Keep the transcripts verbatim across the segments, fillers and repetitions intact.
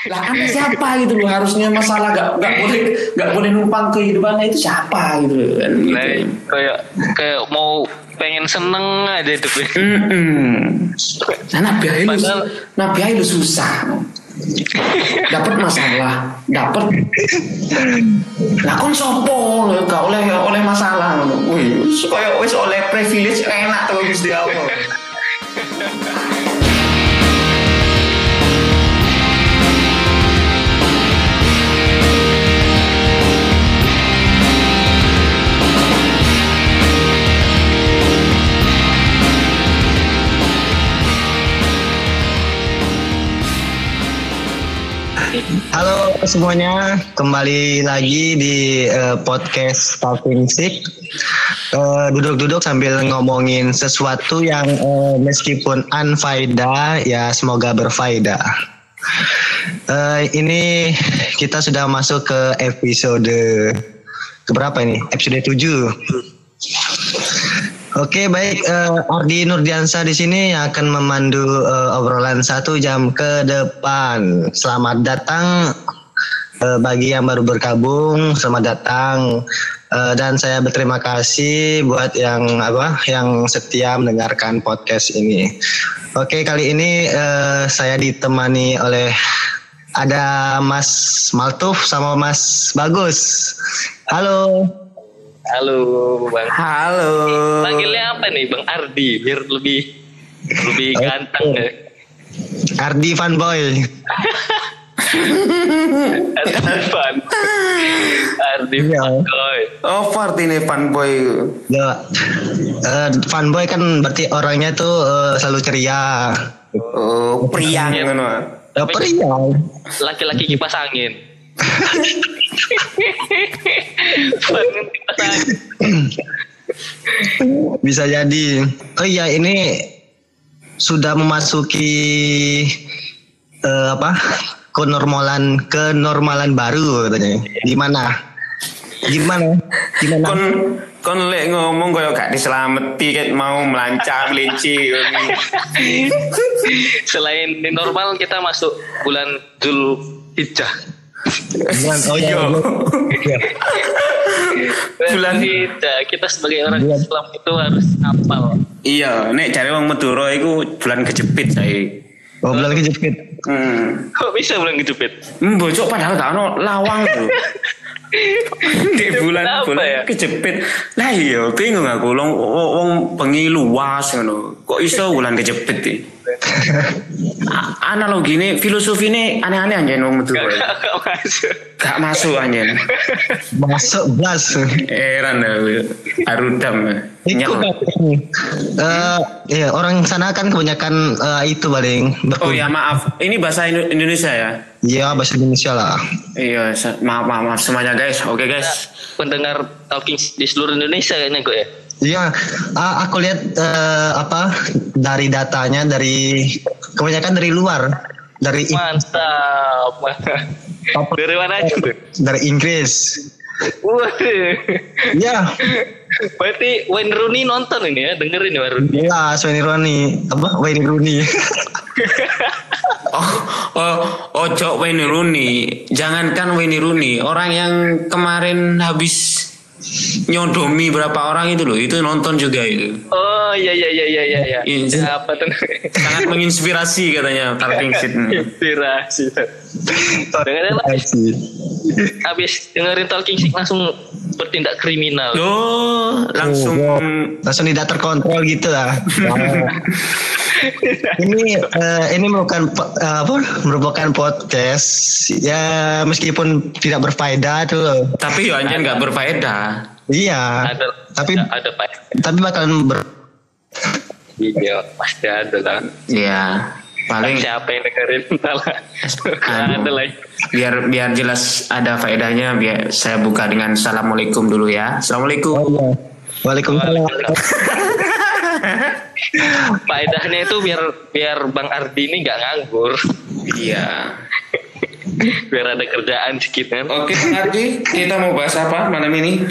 Lah Anda siapa gitu loh, harusnya masalah gak, gak boleh gak boleh numpang kehidupannya itu siapa gitu loh kan gitu. Nah, kayak kayak mau pengen seneng aja itu. Mm-mm. Nah, Nabi Ayu Nabi Ayu susah. Dapat masalah, dapat. Lah kon sopo lho gak oleh oleh masalah ngono. Wih, supaya wis oleh privilege enak to Gusti Allah. Halo semuanya, kembali lagi di uh, podcast Talking Sick. Uh, duduk-duduk sambil ngomongin sesuatu yang uh, meskipun unfaedah, ya semoga berfaedah. Uh, ini kita sudah masuk ke episode keberapa ini? Episode tujuh. Oke, baik. Uh, Ardi Nurdiansa di sini akan memandu uh, obrolan satu jam ke depan. Selamat datang uh, bagi yang baru bergabung. Selamat datang uh, dan saya berterima kasih buat yang apa, yang setia mendengarkan podcast ini. Oke, kali ini uh, saya ditemani oleh ada Mas Maltuf sama Mas Bagus. Halo. Halo Bang. Halo. Panggilnya apa nih Bang Ardi biar lebih lebih ganteng ya. Ardi Fanboy. Ardi Fan. Ardi Fanboy. Oh, Fart ini fanboy. Ya, uh, fanboy kan berarti orangnya tuh uh, selalu ceria. Oh, priang ngono. Ya, periang. Laki-laki kipas angin. Bisa jadi. Oh iya, ini sudah memasuki uh, apa? Kenormalan kenormalan baru katanya. Gimana? Gimana? Gimana? Kon kon lek ngomong koyo gak diselameti ket mau melancar leci. Selain di normal kita masuk bulan Dzulhijjah. Bulan oh iya. Bulan Hijjah, kita sebagai orang bulan Islam itu harus hafal. Iya, nek cari wong Madura iku bulan kejepit saiki. Oh, bulan kejepit. Hmm. Kok bisa bulan kejepit? Hmm, bocok padahal gak ono lawang lho. Di bulan bulan ya? Kejepit. Lah iya, bingung aku wong wong bengi luas ngono. Kok iso bulan kejepit iki? Analogi ini, filosofi ini aneh-aneh anjen wong Madura. Gak masuk. Gak masuk anjen. Masuk blas. Heran aku. Arudam. Itu uh, ya orang sana kan kebanyakan uh, itu paling. Oh ya maaf, ini bahasa Indonesia ya? Iya, bahasa Indonesia lah. Iya, maaf maaf, maaf semuanya guys. Oke okay, guys. Nah, pendengar Talking di seluruh Indonesia kayaknya kok ya. Iya, uh, aku lihat uh, apa dari datanya dari kebanyakan dari luar, dari mantap. Dari mana aja tuh? Dari Inggris. Waduh. Ya. Berarti Wayne Rooney nonton ini ya, dengerin ya Wayne Rooney. Iya, Wayne Rooney. Apa? Wayne Rooney. oh, oh, ojo Wayne Rooney. Jangankan Wayne Rooney, orang yang kemarin habis nyodomi berapa orang itu loh, itu nonton juga itu. Oh iya iya iya iya iya. Ya, ya, apa tuh? Sangat menginspirasi katanya Talking Sick. Inspirasi. Dengerin lah. Habis dengerin Talking Sick langsung bertindak kriminal. Oh, langsung oh, langsung tidak terkontrol gitu lah. Wow. ini uh, ini merupakan uh, apa? Merupakan podcast ya meskipun tidak berfaedah tuh. Tapi ya anjir nggak berfaedah. Iya. Ada, tapi ada, ada Pak. Tapi bakalan ber. Iya pasti ada lah. Iya. Paling siapa yang dengerin salah. Ada lah. Biar biar jelas ada faedahnya, biar saya buka dengan assalamualaikum dulu ya. Assalamualaikum. Oh, iya. Waalaikumsalam. Faedahnya itu biar biar Bang Ardi ini nggak nganggur. Iya. Biar ada kerjaan sedikit kan. Oke Bang Ardi, kita mau bahas apa malam ini?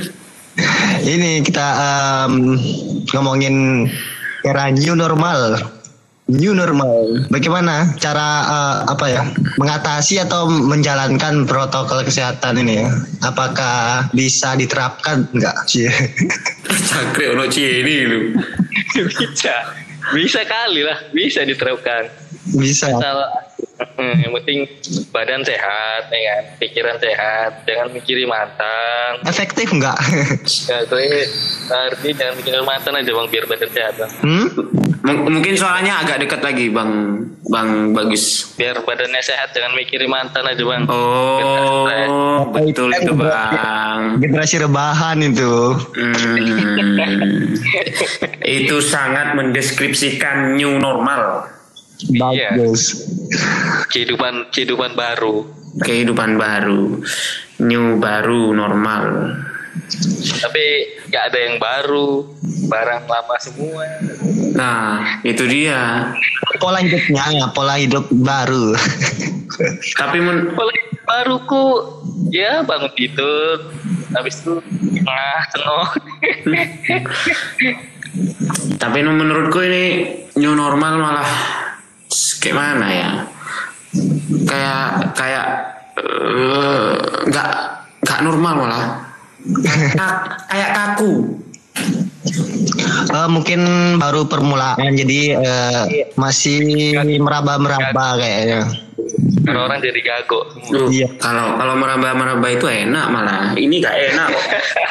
Ini kita um, ngomongin era new normal. New normal. Bagaimana cara uh, apa ya mengatasi atau menjalankan protokol kesehatan ini ya? Apakah bisa diterapkan enggak sih? Cakre ono ini lu. Bisa, bisa kali lah, bisa diterapkan. Bisa. Asal, hmm, yang penting badan sehat, ya kan, pikiran sehat, jangan mikirin mantan. Efektif enggak? Ya, gue arti jangan mikirin mantan aja bang, biar badan sehat bang. Hmm? M- mungkin soalnya agak dekat lagi bang, bang Bagus. Biar badannya sehat, jangan mikirin mantan aja bang. Oh, betul itu bang. Generasi rebahan itu. Hmm, itu sangat mendeskripsikan new normal. Bagus. Kehidupan kehidupan baru. Kehidupan baru, new baru normal. Tapi nggak ada yang baru, barang lama semua. Nah, itu dia. Pola hidupnya, pola hidup baru. Tapi men- Pola hidup baruku ya bangun tidur, habis itu tengah tengok. tapi menurutku ini new normal malah kayak mana ya? Kayak kayak eh, nggak nggak normal malah. Ka- kayak kaku. Uh, mungkin baru permulaan jadi uh, masih meraba-meraba kayaknya. Orang-orang jadi gago. Duh, Iya. Kalau kalau meraba-meraba itu enak malah. Ini gak enak kok.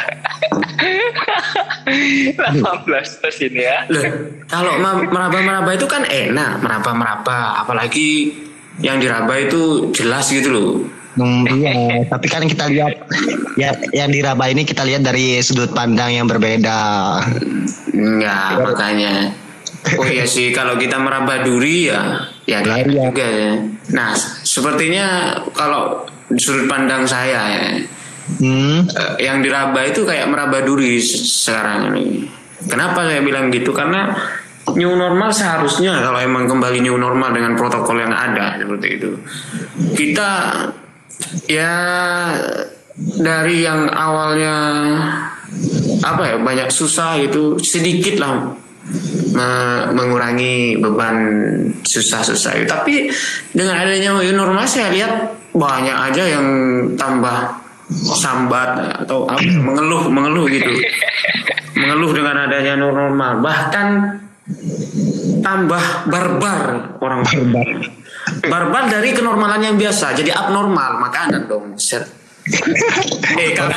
delapan belas plus ini ya. Loh, kalau ma- meraba-meraba itu kan enak, meraba-meraba. Apalagi yang diraba itu jelas gitu loh. Hmm, iya, tapi kan kita lihat ya yang diraba ini kita lihat dari sudut pandang yang berbeda. Enggak, makanya. Oh iya sih, kalau kita meraba duri ya, ya Iya, kayak iya. juga ya. Nah, sepertinya kalau sudut pandang saya ya, Hmm, eh, yang diraba itu kayak meraba duri se- sekarang ini. Kenapa saya bilang gitu? Karena new normal seharusnya kalau emang kembali new normal dengan protokol yang ada seperti itu, kita ya dari yang awalnya apa ya banyak susah itu sedikit lah me- mengurangi beban susah-susah itu. Tapi dengan adanya new normal saya lihat banyak aja yang tambah sambat atau apa, mengeluh mengeluh gitu, mengeluh dengan adanya new normal, bahkan tambah barbar orang barbar barbar dari kenormalan yang biasa jadi abnormal makanan dong. Set. eh kalau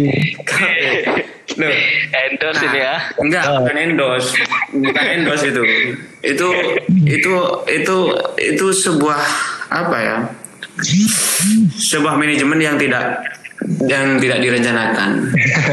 Loh, Endorse ini ya. enggak bukan endorse bukan endorse itu itu itu itu itu sebuah apa ya, sebuah manajemen yang tidak yang tidak direncanakan.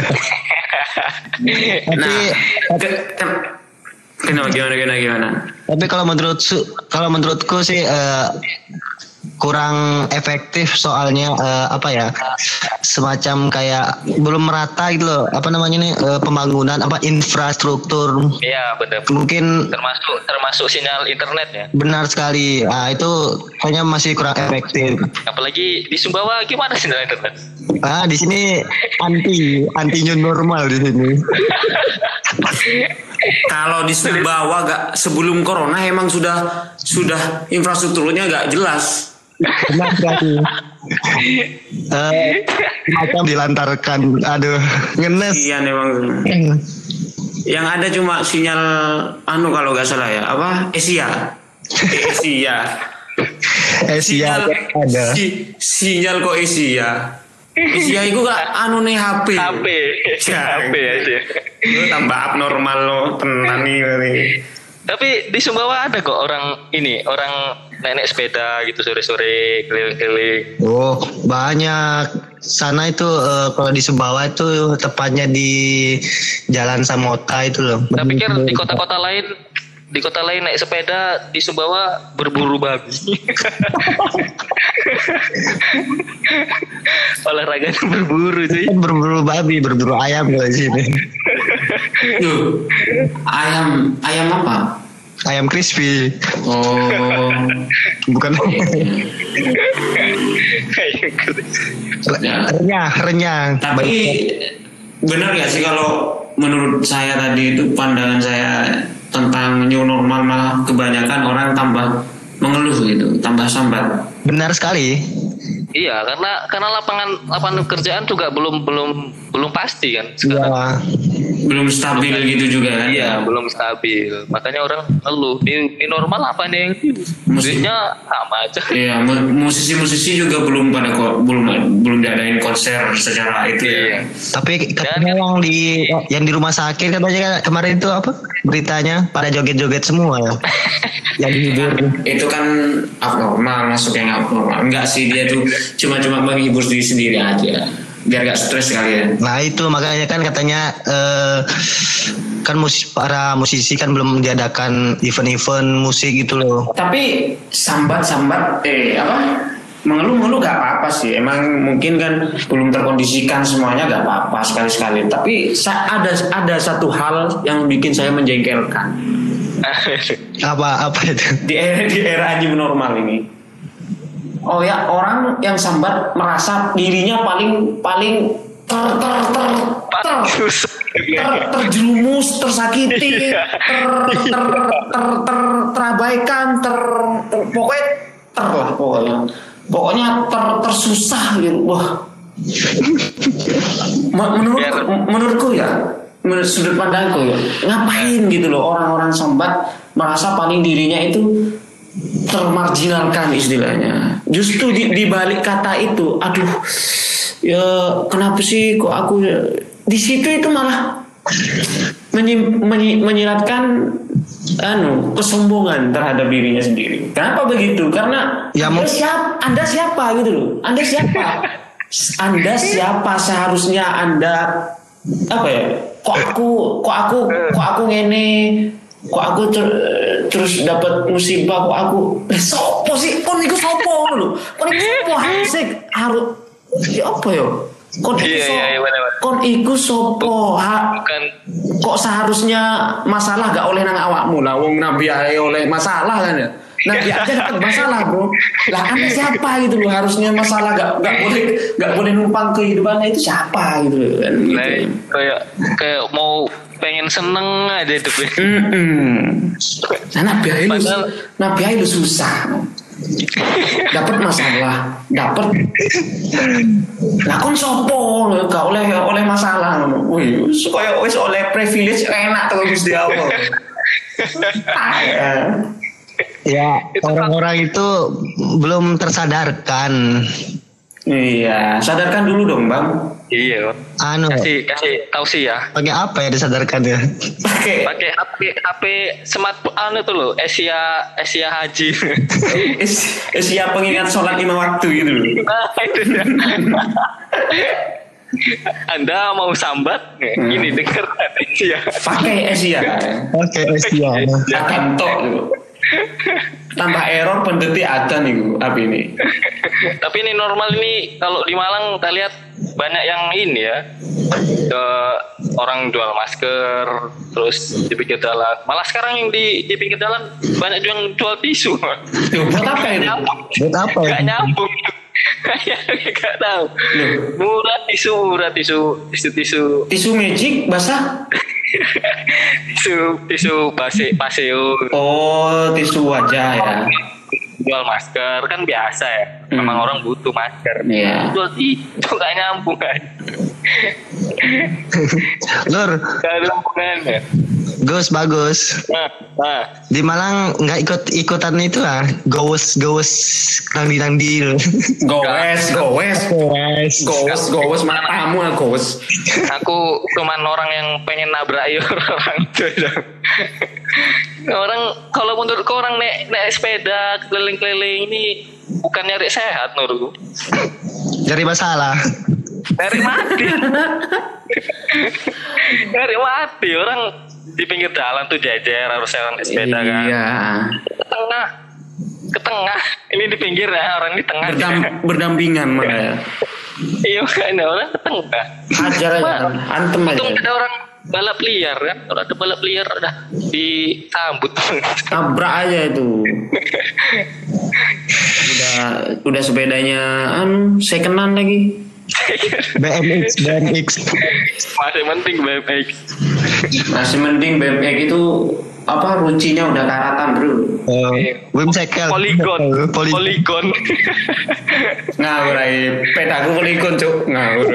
Nah, ke- ke- kenapa gimana gimana gimana? tapi kalau menurut su- kalau menurutku sih eh, kurang efektif soalnya eh, apa ya semacam kayak belum merata gitu loh apa namanya nih eh, pembangunan apa infrastruktur Iya benar. mungkin Termasuk termasuk sinyal internet ya. benar sekali. Nah, itu kayaknya masih kurang efektif. Apalagi di Sumbawa gimana sinyal internet? Ah, di sini anti anti new normal di sini. Kalau di Sumbawa gak sebelum corona emang sudah sudah infrastrukturnya gak jelas. Benar sekali. Eh, macam dilantarkan, aduh, ngenes. Iya memang. Yang ada cuma sinyal anu kalau gak salah ya apa Asia. Asia. Eh, Sinyal siapa ada. si- sinyal kok Asia. Asia itu gak anu nih H P. H P, H P aja. Lu tambah abnormal lo tenan nih. Tapi di Sumbawa ada kok orang ini, orang nenek sepeda gitu sore-sore keliling-keliling. Oh, banyak. Sana itu eh, kalau di Sumbawa itu tepatnya di Jalan Samota itu loh. Saya pikir di kota-kota lain, di kota lain naik sepeda, di Sumbawa berburu babi. Olahraganya berburu cuy. berburu babi, berburu ayam kalau di sini. Duh, ayam ayam apa? Ayam crispy. Oh, Bukan ya. renyah, renyah. Tapi benar gak sih kalau menurut saya tadi itu pandangan saya tentang new normal malah kebanyakan orang tambah mengeluh gitu, tambah sambat. Benar sekali. Iya, karena karena lapangan lapangan pekerjaan juga belum belum belum pasti kan sekarang. Ya. Belum stabil belum, gitu juga kan. Iya, belum stabil. Makanya orang ngeluh. Ini, ini normal apa nih? Musiknya sama aja. Iya, musisi-musisi juga belum pada belum belum diadain konser secara itu ya. Iya. Tapi katanya yang di yang di rumah sakit katanya kemarin itu apa? Beritanya pada joget-joget semua ya. Yang dihibur. Itu kan abnormal, masuk yang abnormal. Enggak sih, dia tuh cuma-cuma menghibur diri sendiri aja. Biar gak stres kali ya. Nah itu makanya kan katanya eh, kan musik, para musisi kan belum diadakan event-event musik gitu loh. Tapi sambat-sambat eh apa mengeluh-ngeluh gak apa-apa sih. Emang mungkin kan belum terkondisikan semuanya, gak apa-apa sekali-sekali. Tapi ada ada satu hal yang bikin saya menjengkelkan. apa apa itu? Di era di era new normal ini. Oh ya, orang yang sambat merasa dirinya paling paling ter ter ter ter, ter terjerumus, tersakiti, ter ter ter, ter terabaikan, ter, ter pokoknya ter lah pokoknya. Pokoknya ter tersusah gitu. Wah. Menurut menurutku ya, menurut sudut pandangku ya, ngapain gitu loh orang-orang sambat merasa paling dirinya itu termarginalkan istilahnya. Justru di, di balik kata itu, aduh, ya kenapa sih kok aku di situ itu malah menyi, menyi, menyiratkan anu kesombongan terhadap dirinya sendiri. Kenapa begitu? Karena ya, anda, siapa, anda siapa gitu loh? Anda siapa? Anda siapa seharusnya Anda apa ya? Kok aku, kok aku, kok aku ngene? Kok aku ter, terus dapat musibah, kok aku eh, sopo sih, kon iku sopo lho, kon iku sopo hasik harus ya apa yo, kon iku iya, sopo, iya, iya, kon iku sopo, ha, bukan kok seharusnya masalah gak oleh nang awakmu lah, wong nabi ae oleh masalah kan ya, nabi aja dapat masalah bro, lah anda siapa gitu loh, harusnya masalah gak gak boleh gak boleh numpang kehidupannya itu siapa gitu loh kan, gitu. Nah, kayak kayak mau pengen seneng aja itu. Mm-mm. Nah, nabi aja lu, nabi aja lu susah. Dapat masalah, dapat. Lah kon sopo, gak oleh oleh masalah. Wih, supaya wis oleh privilege enak terus di awal. Ya, orang-orang itu belum tersadarkan. Iya, sadarkan dulu dong, Bang. Iya. Anu. Kasih kasih tahu sih ya. Pakai apa ya disadarkan ya? Pakai pakai H P H P smartphone anu tuh loh, Asia Asia Haji. Asia pengingat sholat lima waktu gitu loh. Nah, itu ya. Anda mau sambat, hmm. Ini dengar Asia. Pakai Asia. Pakai Asia. Akan tok loh. Tambah error pendetik ada nih apa ini. Tapi ini normal ini kalau di Malang kita lihat banyak yang ini ya, ke orang jual masker terus di pinggir jalan. Malah sekarang yang di di pinggir jalan banyak yang jual tisu. Buat apa ini? Buat apa? Gak nyambung. Gak tahu. Murah tisu, murah tisu, tisu tisu. Tisu magic basah. tisu tisu pase paseo. Oh, tisu wajah ya. Jual masker kan biasa ya. Hmm. Memang orang butuh masker. Iya. Jual itu gak nyambung kan. Lur. Gak ada hubungannya. Gus bagus. Nah, nah. Di Malang nggak ikut ikutan itu ah, gowes gowes nangdi nangdi. Gowes gowes gowes gowes gowes mana kamu lah gowes. Aku cuman orang yang pengen nabrak orang itu. Orang kalau menurut orang naik naik sepeda keliling-keliling ini bukan nyari sehat menurutku. Dari masalah. Dari mati. Dari mati orang. Di pinggir jalan tuh jajar harus jalan sepeda kan. Iya. Ke tengah, ke tengah. Ini di pinggir ya, orang di tengah. Berdam, berdampingan mana ya? Iya kan, orang ke tengah. Hajar aja, antem aja. Untung ada orang balap liar kan, kalau ada balap liar udah disambut. Tabrak aja itu. udah, udah sepedanya anu secondan lagi. B M X, B M X. Masih penting B M X. Masih mending B M X itu apa runcinya udah karatan bro. Uh, Wim Cycle. Poligon, Poli- poligon. Ngawur aja, pedaku poligon cuk, ngawur.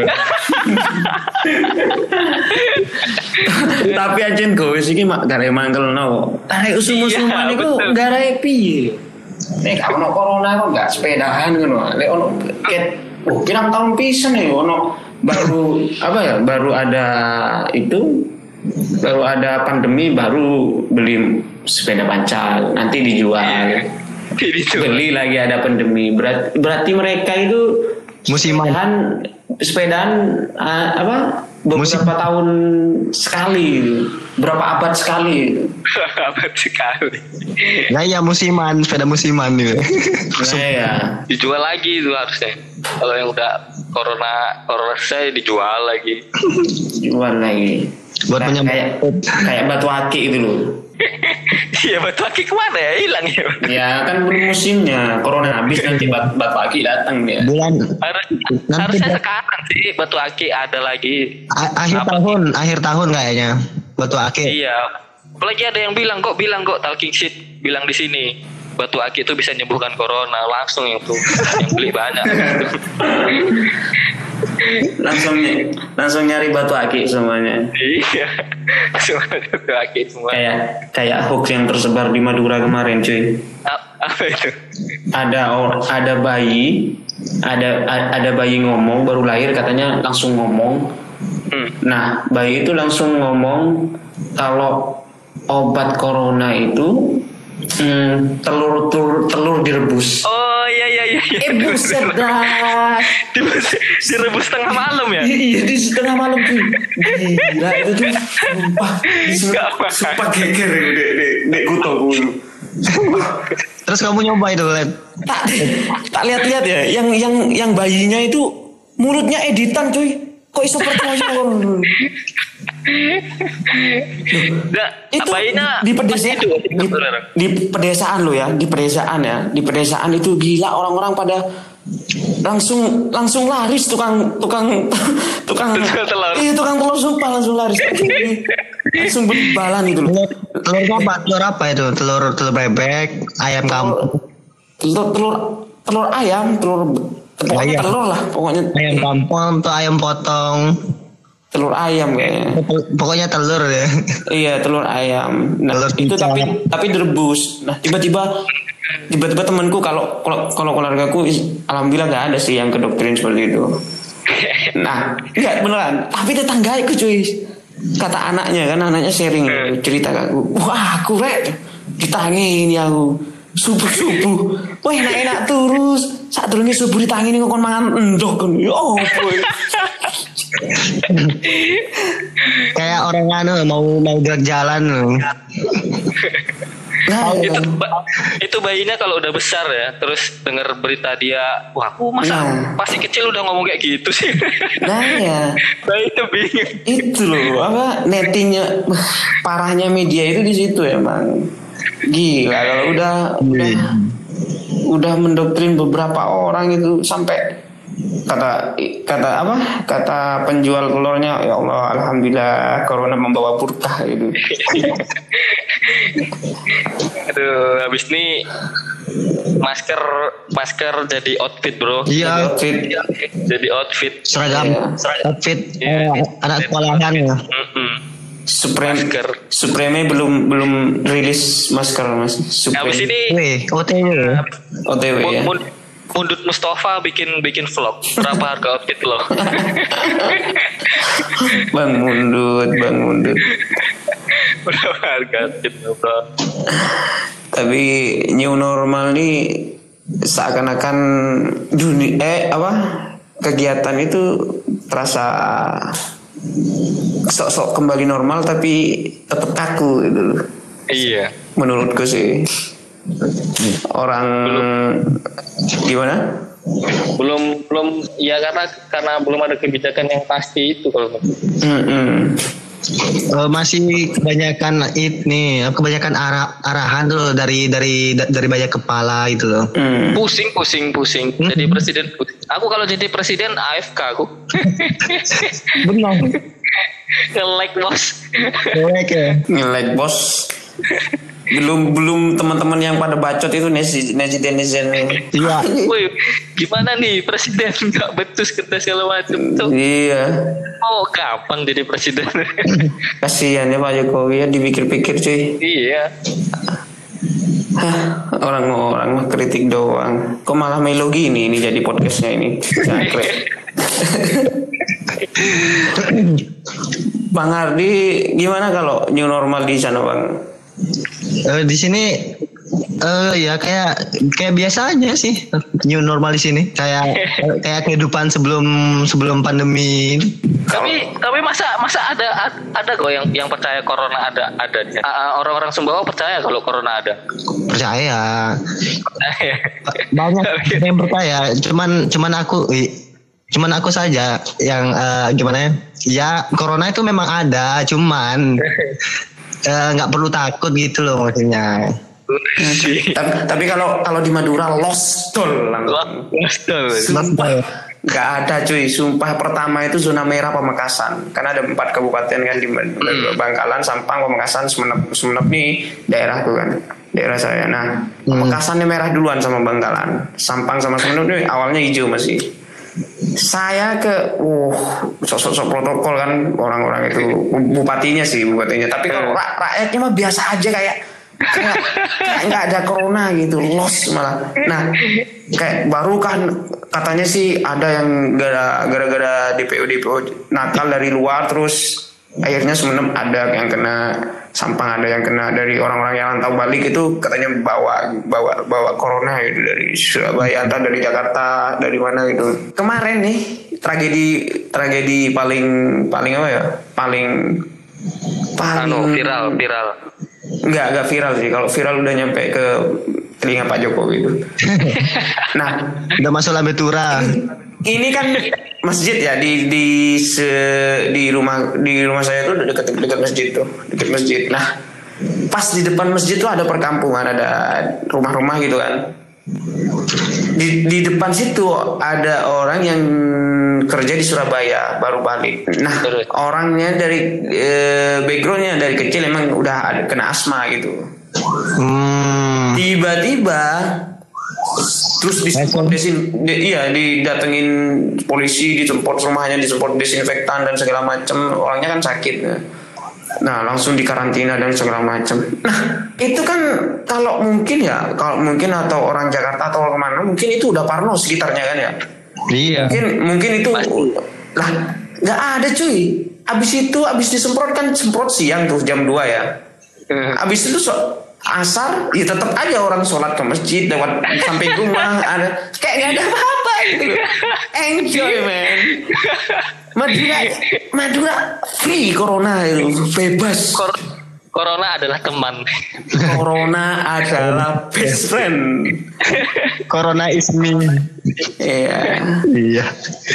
Tapi anjing gue sih mak gara mangkel no. Tarik usum-usuman Iya, itu betul. gara piye? Nek ono corona kok enggak sepedahan ngono. Nek ono ket oh pirang tahun pisan nih ono baru apa ya? Baru ada itu baru ada pandemi baru beli sepeda pancal nanti dijual. Dijual. Beli lagi ada pandemi. Berat, berarti mereka itu Musiman. sepedahan sepedaan uh, apa beberapa Musim. tahun sekali, berapa abad sekali. Abad sekali. Nah ya musiman, sepeda musiman gitu. Nah, ya. Dijual lagi itu harusnya. Kalau yang udah corona corona saya dijual lagi. Jual lagi. Buat Nah, menyambut. kayak kayak batu aki itu loh. Iya batu aki kemana ya? Hilang ya. Ya kan belum musimnya. Corona habis nanti bat, batu aki datang dia. Bulan Harus, Nanti harusnya ber- sekarang sih batu aki ada lagi. a- akhir Apa? tahun, akhir tahun kayaknya. Batu akik. Iya. Apalagi ada yang bilang kok bilang kok talking shit bilang di sini batu aki itu bisa menyembuhkan corona langsung itu yang beli banyak. Langsung langsung nyari batu aki semuanya. Iya. Semua batu aki semua. Kayak kayak hoax yang tersebar di Madura kemarin cuy. A- Apa itu? Ada or- ada bayi ada a- ada bayi ngomong baru lahir katanya langsung ngomong. Hmm. Nah bayi itu langsung ngomong kalau obat corona itu hmm, telur telur telur direbus. Oh iya iya iya. iya. Eh buset dah. Direbus, direbus tengah malam ya? Iya di setengah malam tuh. Gila itu tuh. Sumpah, Nggak apa. sumpah geger dek dek dek kuto kulo. Terus kamu nyoba itu, Led? Tak tak lihat-lihat ya, yang yang yang bayinya itu mulutnya editan cuy. Kok iso percaya orang? Nggak, Itu bayinya di pedesaan itu, di, di pedesaan lo ya, di pedesaan ya, di pedesaan itu gila orang-orang pada langsung langsung laris tukang tukang tukang Tukang telur. iya tukang telur sumpah langsung laris langsung berbalan itu loh. Telur, telur apa? Telur apa itu? Telur telur bebek, ayam kampung, telur telur telur ayam telur pokoknya Ayam. telur lah pokoknya ayam kampung atau ayam potong. telur ayam kayaknya. Pokoknya telur ya. Iya telur ayam. Nah Telur itu cicak. tapi tapi direbus. Nah tiba-tiba tiba-tiba temanku kalau kalau kalau keluargaku alhamdulillah nggak ada sih yang kedoktrin seperti itu. Nah nggak beneran. Tapi tetanggaku cuy kata anaknya kan anaknya sharing cerita ke aku. Wah aku rek ditangin ya aku subuh subuh. Wah enak-enak terus. Saat turunnya subuh ditangin kok kon mangan endok kan. Oh boy. Kayak orang anu mau mau gerak jalan. Nah, itu ba- itu bayinya kalau udah besar ya terus dengar berita dia wah aku masa Nah. masih kecil udah ngomong kayak gitu sih. nah ya. Bayi itu bingung. Itu loh apa nettingnya wah, parahnya media itu di situ emang gila kalau udah udah udah mendoktrin beberapa orang itu sampai kata kata apa kata penjual telurnya ya Allah alhamdulillah corona membawa berkah gitu. Aduh habis ini masker masker jadi outfit bro. Iya, Outfit Jadi outfit. seragam, Iya. outfit Iya. eh, anak sekolahan ya. Mm-mm. Supreme Masker. Supreme belum belum rilis masker mas Supreme Habis ini Wih, O T W. O T W ya. Mund- Mundut Mustafa bikin bikin vlog berapa harga outfit lo? Bang Mundut Bang Mundut Berapa harga outfit lo bro? tapi new normal nih seakan-akan dunia eh apa kegiatan itu terasa sok-sok kembali normal tapi tetap kaku gitu loh. Iya. Menurutku sih orang gimana Belum belum ya karena karena belum ada kebijakan yang pasti itu kalau menurut. Mm-mm. Uh, masih kebanyakan ini, kebanyakan arah arahan tuh dari dari dari banyak kepala gitu loh. Hmm. Pusing, pusing, pusing. Hmm. Jadi presiden. Aku kalau jadi presiden A F K aku. Benar. Nge-like bos. Nge-like ya. Nge-like bos. belum belum teman-teman yang pada bacot itu netizen netizen iya. Woi, gimana nih presiden nggak betus kertas segala macam tuh. Iya. Oh kapan jadi presiden? Kasihan ya Pak Jokowi ya, dipikir-pikir cuy. Iya. Hah, orang-orang mah kritik doang. Kok malah melo gini ini jadi podcastnya ini. Bang Ardi, gimana kalau new normal di sana Bang? Uh, di sini uh, ya kayak kayak biasanya sih new normal di sini kayak kayak kehidupan sebelum sebelum pandemi. Tapi tapi masa masa ada ada kok yang yang percaya corona ada ada orang-orang Sumbawa percaya kalau corona ada. Percaya. Banyak yang percaya. Cuman cuman aku cuman aku saja yang uh, gimana ya? Ya corona itu memang ada, cuman nggak uh, perlu takut gitu loh maksudnya. tapi, tapi kalau kalau di Madura lost tol langsung. Sumpah nggak ada cuy. Sumpah pertama itu zona merah Pamekasan. Karena ada empat kabupaten kan di hmm. Bangkalan, Sampang, Pamekasan, Sumenep. Sumenep nih daerahku kan, daerah saya. Nah Pamekasan ini merah duluan sama Bangkalan. Sampang sama Sumenep nih awalnya hijau masih. Saya ke uh sosok-sosok protokol kan orang-orang itu, bupatinya sih bupatinya, tapi kalau ra- rakyatnya mah biasa aja kayak kayak nggak ada corona gitu, lost malah. Nah kayak baru kan katanya sih ada yang gara- gara-gara D P O D P O nakal dari luar, terus akhirnya Sumenep ada yang kena, Sampang ada yang kena dari orang-orang yang rantau balik itu katanya bawa bawa bawa corona gitu dari Surabaya atau dari Jakarta, dari mana gitu. Kemarin nih tragedi tragedi paling paling apa ya? Paling paling anu, viral viral. Enggak, enggak viral sih. Kalau viral udah nyampe ke telinga Pak Jokowi itu. Nah, udah masuk Lambetura. Ini kan masjid ya di di se, di rumah di rumah saya tuh dekat dekat masjid tuh, dekat masjid. Nah, pas di depan masjid tuh ada perkampungan, ada rumah-rumah gitu kan. Di di depan situ ada orang yang kerja di Surabaya baru balik. Nah, orangnya dari e, backgroundnya dari kecil emang udah ada, kena asma gitu. Hmm. Tiba-tiba terus disemprot desin, di, iya didatengin polisi, disemprot rumahnya, disemprot desinfektan dan segala macam. Orangnya kan sakit. Nah langsung dikarantina dan segala macam. Nah itu kan kalau mungkin ya, kalau mungkin atau orang Jakarta atau orang mana mungkin itu udah parno sekitarnya kan ya. Iya. Mungkin mungkin itu lah nggak ada cuy. Abis itu abis disemprot kan semprot siang tuh jam dua ya. Abis itu so, asar ya tetap aja orang sholat ke masjid lewat samping rumah ada kayak nggak ada apa-apa gitu. Enjoy man. Madura Madura free corona itu bebas. Kor- corona adalah teman. Corona adalah best friend. Corona is me. Iya. Iya.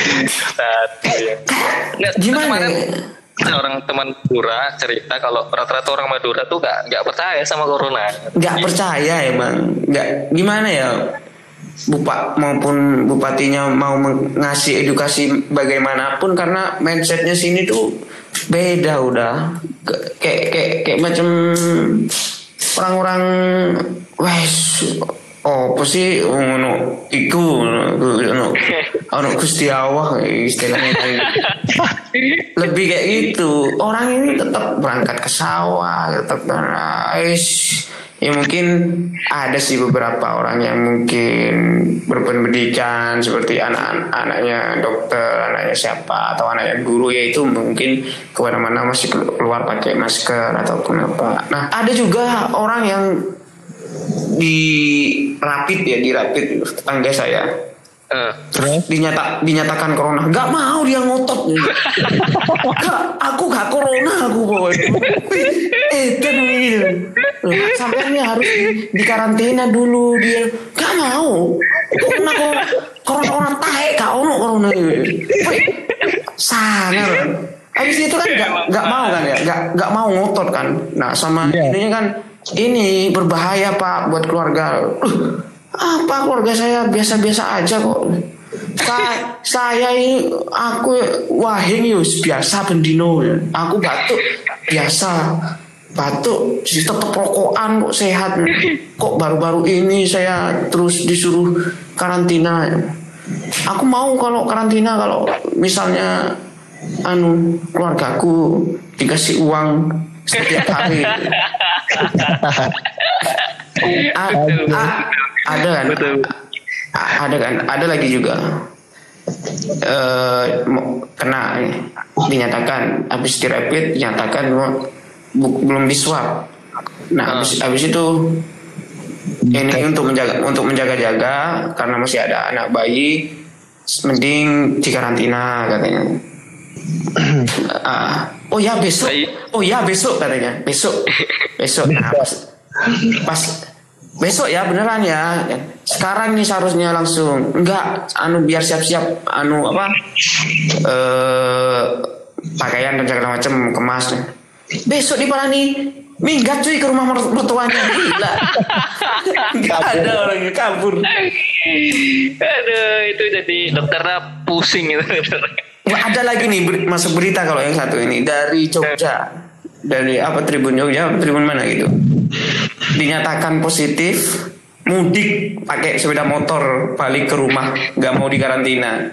Nggak, gimana? Kemarin orang teman Madura cerita kalau rata-rata orang Madura tuh nggak nggak percaya sama corona. Nggak percaya emang. Nggak gimana ya. Bupak maupun bupatinya mau ngasih edukasi bagaimanapun karena mindsetnya sini tuh beda udah kayak kayak kayak macam orang-orang wes oh apa sih ngono iku ngono ono Gusti Allah istilahnya lebih kayak gitu. Orang ini tetap berangkat ke sawah, tetap guys. Ya mungkin ada sih beberapa orang yang mungkin berpendidikan seperti anak-anaknya dokter, anaknya siapa atau anaknya guru, ya itu mungkin kemana-mana masih keluar pakai masker atau kenapa. Nah ada juga orang yang di rapid ya di rapid tetangga saya. Uh, terus dinyata, dinyatakan corona, nggak mau dia ngotot. Gak, aku gak corona aku boy. Eh dan gitu. Sampai ini harus di karantina dulu dia. Gak mau. Corona corona corona corona tahe kau no corona. Sangar. habis itu kan nggak nggak mau kan ya, nggak nggak mau ngotot kan. Nah sama Iya. ininya kan ini berbahaya Pak buat keluarga. Uh, apa keluarga saya biasa-biasa aja kok. Sa- saya ini aku wahing yus biasa bendino ya. Aku batuk biasa batuk sih tetap rokokan kok sehat. Kok baru-baru ini saya terus disuruh karantina. Aku mau kalau karantina kalau misalnya anu keluargaku dikasih uang setiap hari. A- a- ada kan? Betul. A- ada kan? Ada lagi juga. Eh, mo- kena dinyatakan habis dirapid dinyatakan bu- belum di swab. Nah, habis habis itu ini untuk menjaga untuk menjaga-jaga karena masih ada anak bayi, mending dikarantina katanya. Ah, oh ya besok, oh ya besok katanya, besok, besok. Nah, pas, pas besok ya beneran ya. Sekarang nih seharusnya langsung enggak, anu biar siap-siap, anu apa, eh, pakaian dan segala macam kemas. Besok diparani minggat cuy ke rumah mer- mertuanya gila. Enggak ada orang yang kabur. Aduh, itu jadi dokternya pusing itu. Wah, ada lagi nih ber- masuk berita kalau yang satu ini dari Jogja, dari apa Tribun Jogja, apa Tribun mana gitu. Dinyatakan positif, mudik pakai sepeda motor balik ke rumah, nggak mau dikarantina.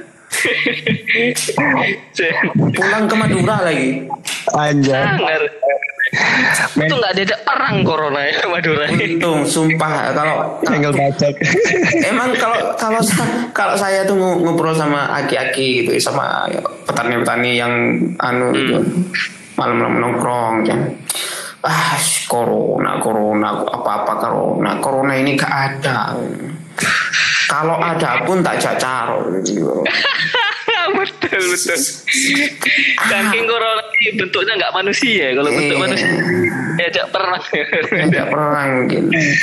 Pulang ke Madura lagi. Anjay. Sangar. Itu nggak ada perang corona ya Madura ini. Untung, sumpah kalau Tinggal bacok. emang kalau kalau sa- kalau saya tuh ngu- ngobrol sama aki-aki gitu, sama petani-petani yang anu gitu, malam-malam nongkrong kan. Ah, corona, corona, apa-apa corona, corona ini gak ada. Kalau ada pun tak cacaro gitu. Betul betul. Saking corona ini bentuknya nggak manusia. Kalau bentuk Eh. manusia diajak perang. Tidak perang mungkin.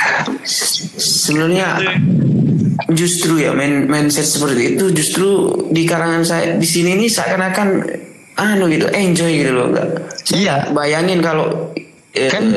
Sebenarnya justru ya main mindset seperti itu justru di kalangan saya di sini nih seakan-akan anu gitu enjoy gitu loh enggak. Iya. Bayangin kalau eh, Kan,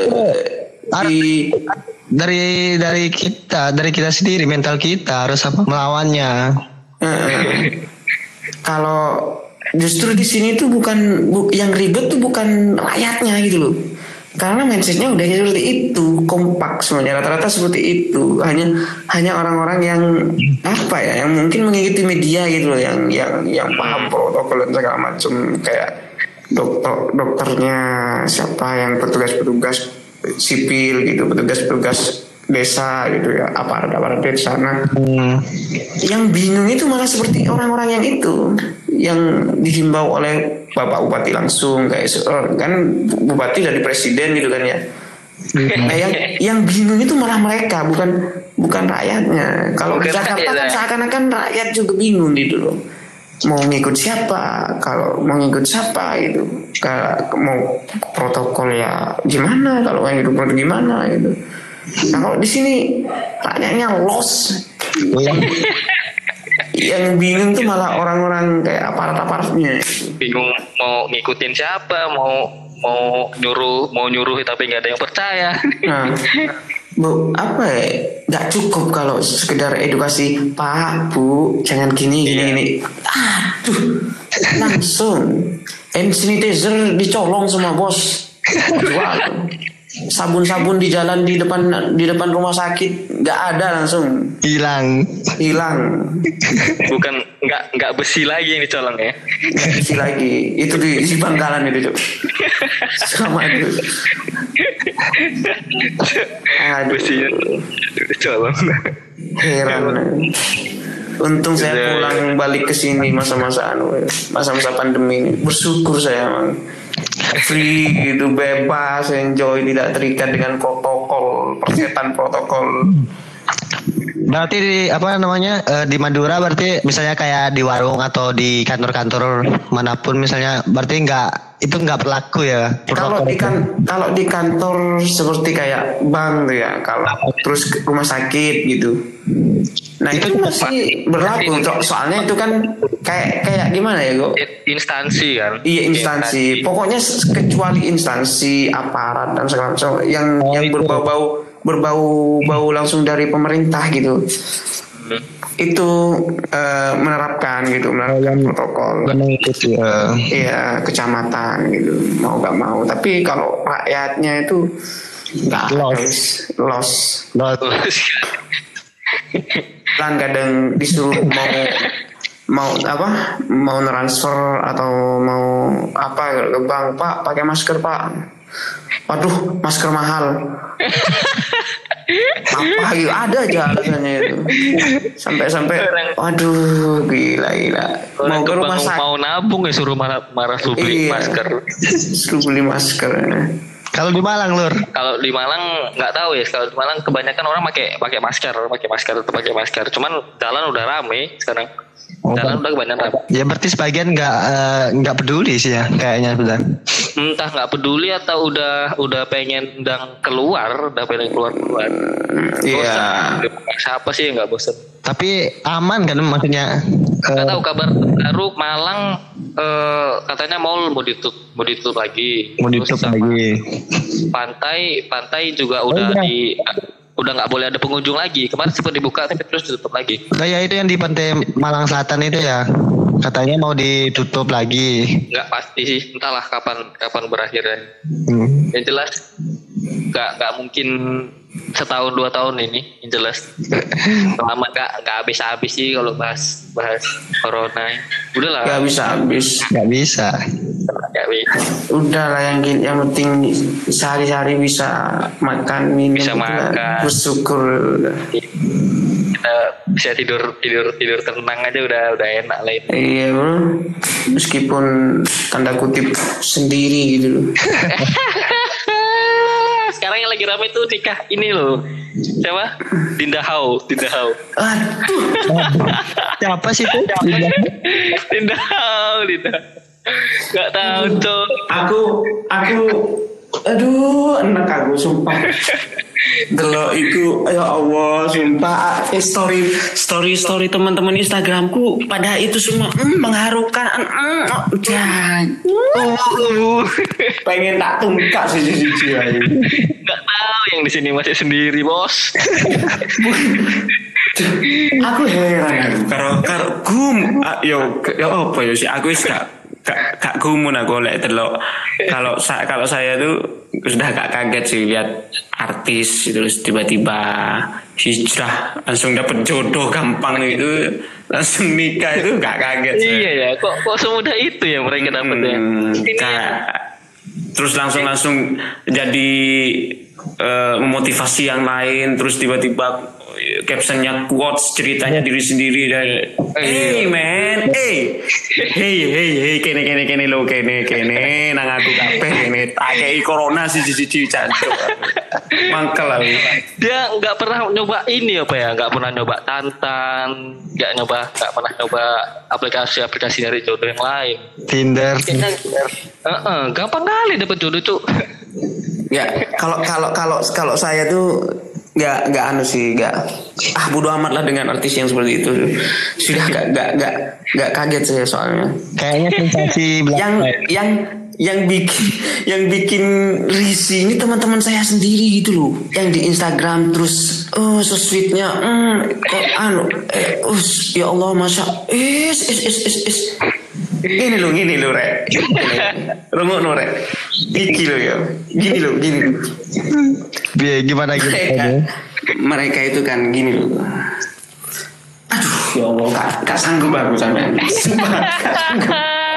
di dari dari kita dari kita sendiri, mental kita harus apa melawannya. eh, kalau justru di sini tuh bukan bu- yang ribet tuh bukan rakyatnya gitu loh. Karena mindsetnya udah seperti itu, kompak semuanya rata-rata seperti itu. Hanya hanya orang-orang yang apa ya, yang mungkin mengikuti media gitu loh, yang yang yang paham protokol dan segala macam, kayak dokter dokternya siapa yang petugas-petugas sipil gitu, petugas-petugas desa gitu ya, aparat-aparat di sana. Hmm. Yang bingung itu malah seperti orang-orang yang itu yang dihimbau oleh Bapak Bupati langsung, kayak se- kan Bupati dari presiden gitu kan ya. Nah, yang yang bingung itu malah mereka, bukan bukan rakyatnya. Kalau di Bukan Jakarta rakyat, kan ya. seakan-akan rakyat juga bingung gitu loh. Mau ngikut siapa? Kalau mau ngikut siapa gitu. Kalau mau protokol ya gimana? Kalau mau ngikut protokol gimana gitu. Nah kalau di sini rakyatnya los. Yang Yang bingung tuh malah orang-orang kayak aparat-aparatnya. Bingung mau ngikutin siapa, mau mau nyuruh mau nyuruh tapi nggak ada yang percaya. Nah, Bu, apa ya? Nggak cukup kalau sekedar edukasi, Pak, Bu, jangan gini, gini, gini. Aduh, langsung hand sanitizer dicolong semua bos. Jual. Sabun-sabun di jalan di depan di depan rumah sakit nggak ada, langsung hilang. hilang. Bukan nggak nggak besi lagi yang dicolong ya. Nggak isi lagi. Itu di, di Bangkalan itu, Cuk. Sama itu. Aduh. Besinya dicolong. Heran. Untung saya pulang balik ke sini masa-masa anu, masa-masa pandemi ini. Bersyukur saya emang. Free itu bebas, enjoy, tidak terikat dengan protokol, persetan protokol. Berarti di apa namanya eh, di Madura berarti misalnya kayak di warung atau di kantor-kantor manapun misalnya berarti nggak itu nggak berlaku ya. Kalau di kan kalau di kantor seperti kayak bank tuh ya, kalau terus ke rumah sakit gitu, Nah itu, itu masih berlaku, so, soalnya itu kan kayak kayak gimana ya Go? Instansi kan? Iya instansi. instansi. Pokoknya kecuali instansi aparat dan segala macam yang oh, yang berbau-bau berbau-bau langsung dari pemerintah gitu. Hmm. Itu uh, menerapkan gitu, menerapkan oh, protokol. Mengikuti. Uh. Iya kecamatan gitu, mau nggak mau. Tapi kalau rakyatnya itu nggak loss, loss, loss. Kan kadang disuruh mau mau apa mau transfer atau mau apa ke bank, Pak pakai masker Pak, waduh masker mahal apa gitu, ada aja alasannya itu sampai-sampai waduh gila gila mau ke rumah sakit mau nabung ya suruh marah marah suruh beli iya, masker suruh beli masker. Kalau di Malang Lur, kalau di Malang nggak tahu ya. Kalau di Malang kebanyakan orang pakai pakai masker, pakai masker atau pakai masker. Cuman jalan udah rame sekarang. Oh, jalan udah kebanyakan rame. Ya berarti sebagian nggak nggak uh, peduli sih ya kayaknya sudah. Entah nggak peduli atau udah udah pengen dan keluar, udah pengen keluar keluar. Iya. Yeah. Siapa sih yang nggak bosan? Tapi aman kan maksudnya? Nggak uh, tahu kabar baru Malang uh, katanya mall mau ditutup mau ditutup lagi. Mau ditutup lagi. Pantai pantai juga udah oh, iya. di udah nggak boleh ada pengunjung lagi. Kemarin sempat dibuka tapi terus ditutup lagi. Kayak itu yang di pantai Malang Selatan itu ya. Katanya mau ditutup lagi. Nggak pasti sih, entahlah kapan kapan berakhirnya. Hmm. Yang jelas nggak nggak mungkin setahun dua tahun ini, yang jelas. Lama nggak nggak habis habis sih kalau bahas bahas corona. Udahlah. Nggak bisa habis. Nggak bisa. Nggak bisa. Udahlah yang yang penting sehari-hari bisa makan minum. Bisa makan. Bersyukur. Kita bisa tidur tidur tidur tenang aja udah udah enak lah itu. Iya bro, meskipun tanda kutip sendiri gitu loh. Sekarang yang lagi rame tuh nikah ini loh, siapa? Dinda Hau, Dinda Hau. Aduh, siapa sih itu? Dinda Hau, Dinda. Gak tahu tuh. Aku, aku, aduh, enak aku sumpah. Delok itu ya Allah sumpah eh, story story story teman-teman Instagramku pada itu semua mm, mengharukan mm, oh, dan oh, pengen tak tungkak siji-siji aja. Nggak tahu yang di sini masih sendiri bos. Aku heran karo karo gum yo yo apa yo sih aku gak gak gak gumun aku lek delok kalau sa, kalau saya tuh sudah gak kaget sih lihat artis terus tiba-tiba hijrah langsung dapet jodoh gampang itu langsung nikah itu gak kaget sih. Iya ya kok kok semudah itu ya mereka dapetnya. Hmm, kayak, terus langsung langsung jadi uh, memotivasi yang lain terus tiba-tiba captionnya quotes ceritanya diri sendiri dan hey man hey hey hey hey kene kene kene lo kene kene nang aku kabeh kene takei corona siji-siji cancuk mangkel lah dia nggak pernah nyoba ini apa ya nggak pernah nyoba Tantan nggak nyoba nggak pernah nyoba aplikasi-aplikasi dari jodoh yang lain Tinder uh-uh, gampang kali dapat jodoh tuh ya kalau kalau kalau kalau saya tuh Gak, gak anu sih, gak ah bodo amat lah dengan artis yang seperti itu. Sudah gak, gak, gak, gak kaget saya soalnya. Kayaknya sensasi yang yang yang bikin yang bikin risih ini teman-teman saya sendiri gitu loh. Yang di Instagram terus oh so sweetnya, mm, kok anu, eh, us, ya Allah masa, is is is is is. Gini loh, gini loh rek, rungok no rek, iki loh ya, gini loh, gini loh. Biar gimana gitu? Mereka, mereka itu kan gini loh. Aduh, ya Allah, gak, gak sanggup aku sampai, sumpah, gak sanggup.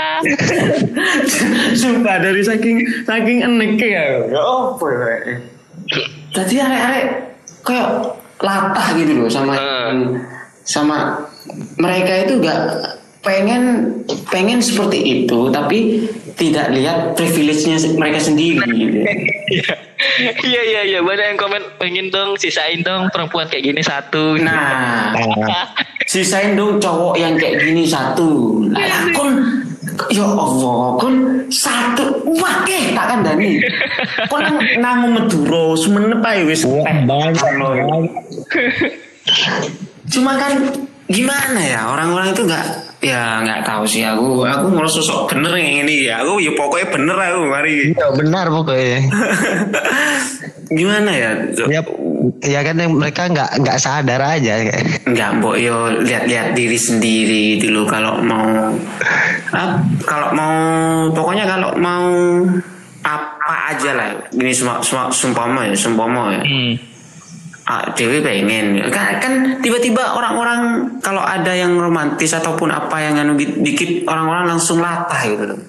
Sumpah dari saking saking enek ya, ya apa ya? Tadi arek-arek kayak latah gitu loh sama sama mereka itu gak pengen pengen seperti itu tapi tidak lihat privilege-nya mereka sendiri gitu. Iya iya iya banyak yang komen pengen dong sisain dong perempuan kayak gini satu. Nah, sisain dong cowok yang kayak gini satu. Lah kon ya Allah kon satu wah eh tak kandani. Kon nang Madura Sumenep ae wis banyak. Cuma kan gimana ya, orang-orang itu nggak, ya nggak tahu sih aku. Aku merasa sosok bener yang ini ya. Aku ya pokoknya bener aku mari. Iya benar pokoknya. Gimana ya? Ya, ya kan mereka nggak nggak sadar aja. Nggak, mbok yo lihat-lihat diri sendiri dulu kalau mau. Ah, kalau mau pokoknya kalau mau apa aja lah. Ini semua semua sumpama ya, sumpama ya. Hmm. Ah, Dewi pengen kan, kan tiba-tiba orang-orang kalau ada yang romantis ataupun apa yang anu dikit orang-orang langsung latah gitu loh.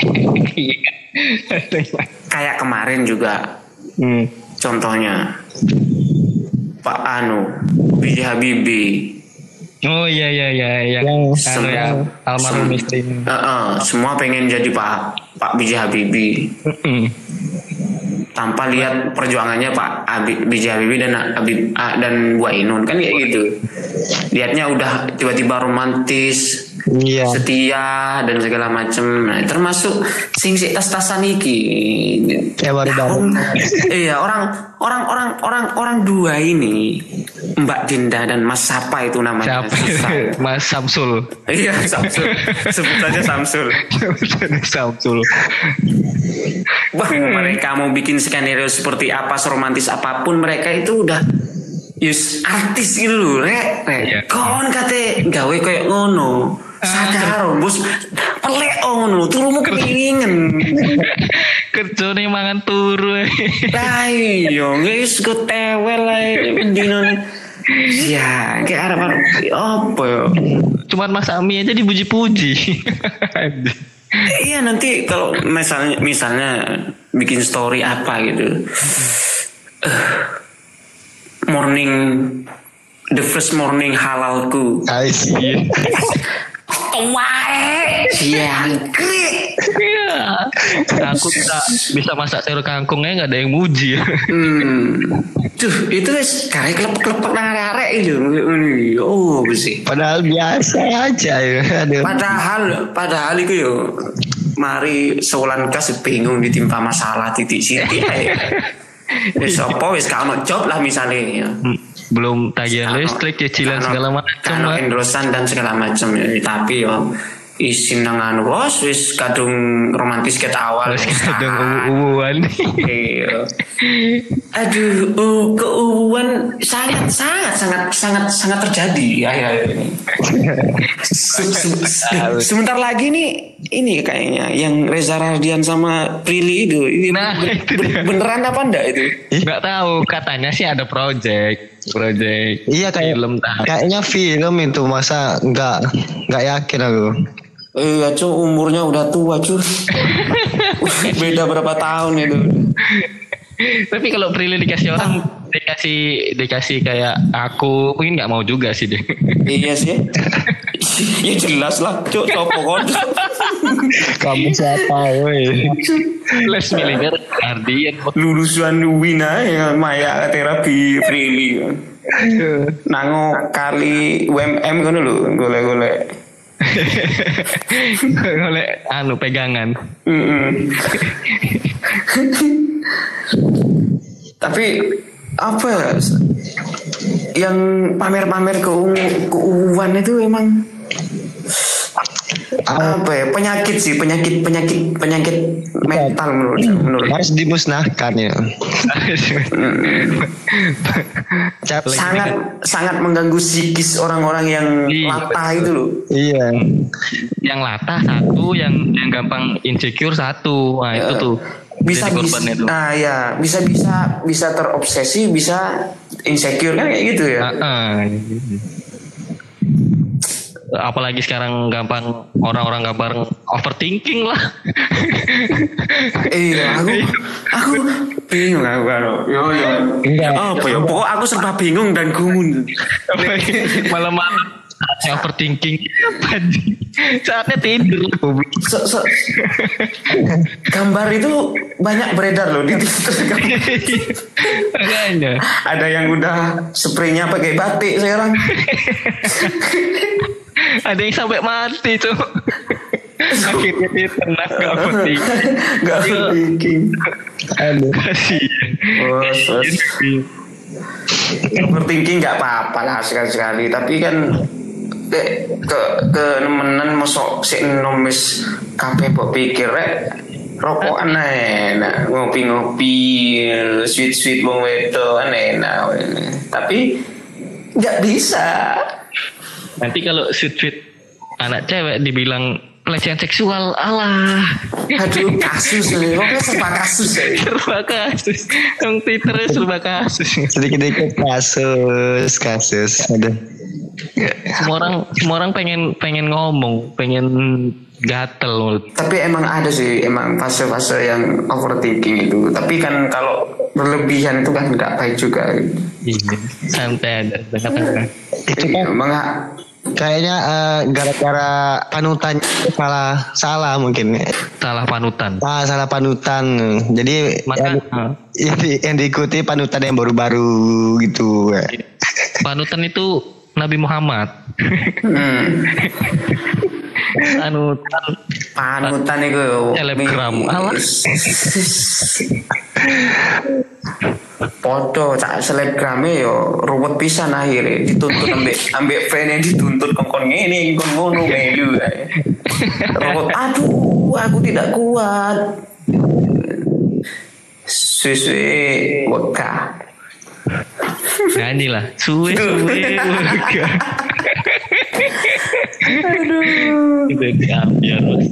Kayak kemarin juga hmm. contohnya Pak Anu B J Habibie. Oh iya iya iya yang anu ya almarhum istri. Uh, uh, semua pengen jadi Pak Pak B J Habibie. Mm-hmm. Tanpa lihat perjuangannya Pak B J Habibie dan Habib dan Bu Ainun kan kayak gitu. Lihatnya udah tiba-tiba romantis, iya. setia dan segala macam. Nah, termasuk sing sik tas-tasan iki. Ya baru-baru. Iya, orang orang orang orang orang dua ini Mbak Dinda dan Mas Sapa itu namanya. Siapa? Mas Samsul. Iya, Samsul. Sebut saja Samsul. Samsul. Wah, mereka mau bikin skenario seperti apa, seromantis apapun, mereka itu udah yus artis gitu loh, rek. Rek. Kon kate gawe kayak ngono. Sadar, bos. Pelek ngono, turumu kepingin. Kerjane mangan turu. Lah iya, wis ku tewel ae dino. Ya, kayak arep apa ya? Cuman Mas Ami aja dipuji-puji. Iya, nanti kalau misalnya misalnya bikin story apa gitu, uh, morning the first morning halalku. Iya. Wae, jangkrik. Iya. Aku bisa bisa masak sayur kangkungnya nggak ada yang muji. Hmm. Tuh, itu wes karek klepek-klepek nang arek itu. Oh, sih. Padahal biasa aja ya. Aduh. Padahal padahal itu yo mari sebulan kas bingung ditimpa masalah titik-titik ae. Wis apa wis kamu job lah misalnya. Belum tagihan listrik, cicilan segala macam, kan endorsan dan segala macam ya. Tapi yo isin nang anu bos wis kadung romantis ket awal wis kadung uwuan. Iya. Aduh, uh, keuuan sangat sangat sangat sangat sangat terjadi akhir-akhir ini. Sebentar lagi nih ini kayaknya yang Reza Rahardian sama Prilly itu, ini nah, itu beneran apa enggak itu? Nggak tahu, katanya sih ada project, project. Iya kayak film, kayaknya film itu, masa nggak nggak yakin aku. Iya cu, umurnya udah tua cu. Beda berapa tahun itu. Tapi kalau Prilly dikasih orang, dikasih dikasih kayak aku, mungkin nggak mau juga sih deh. Iya sih. Ya jelas lah, cuk, sopo kon. Kamu siapa, woi? Les militer Guardian. Lulusan U I N ya, Maya terapi Prilly. Nango kali U M M kan dulu, golek-golek. Golek anu pegangan. Tapi apa yang pamer-pamer keuuan itu emang apa ya, penyakit sih, penyakit penyakit penyakit mental menurut menurut harus dimusnahkan ya. sangat sangat mengganggu psikis orang-orang yang latah itu loh. Iya. Yang latah satu, yang yang gampang insecure satu. Nah, itu tuh bisa bisa nah ya bisa bisa bisa terobsesi, bisa insecure kan kayak gitu ya. Uh-uh. Apalagi sekarang gampang, orang-orang gampang overthinking lah. Iya, aku aku bingung aku kalau yo yo apa ya, pokok aku serba bingung dan gumun. Malam-malam saya overthinking apa sih? Saatnya tidur. So, so, gambar itu banyak beredar loh di Twitter. Ada yang udah spraynya pakai batik sekarang. Ada yang sampai mati tuh. Akhirnya dia tenang, gak penting. Gak penting. Aduh. Kasih. overthinking nggak apa-apa lah sekali-sekali, tapi kan ke ke ke nemenan mosok si nomis kafe kok pikir rek rokokan enak, ngopi-ngopi sweet-sweet wong wedok enak, tapi nggak bisa. Nanti kalau sweet-sweet anak cewek dibilang pelecehan seksual, alah. Aduh, kasus nih, pokoknya serba kasus ya. Serba kasus, yang Twitternya serba kasus. Sedikit-sedikit kasus, kasus. Ada. Semua orang, semua orang pengen pengen ngomong, pengen gatel mulut. Tapi emang ada sih, emang fase-fase yang overthinking itu. Tapi kan kalau berlebihan itu kan nggak baik juga. Iya, santai ada, tengah-tengah. Itu kan emang kayaknya uh, gara-gara panutannya salah, salah mungkin. Salah panutan. Ah, salah panutan. Jadi Maka, yang, uh, yang, di, yang diikuti panutan yang baru-baru gitu. panutan itu Nabi Muhammad. hmm. Panutan. Panutan itu Telegram. Alah. Podo cak selebgrame yo ruwet pisan akhirnya dituntut ambek ambek fan yang dituntut kongkon ngene kongkon ngono melu. Ruwet, aduh aku tidak kuat. Suwe weka. Nyanyi lah. Suwe suwe weka. Aduh. Itu ya terus.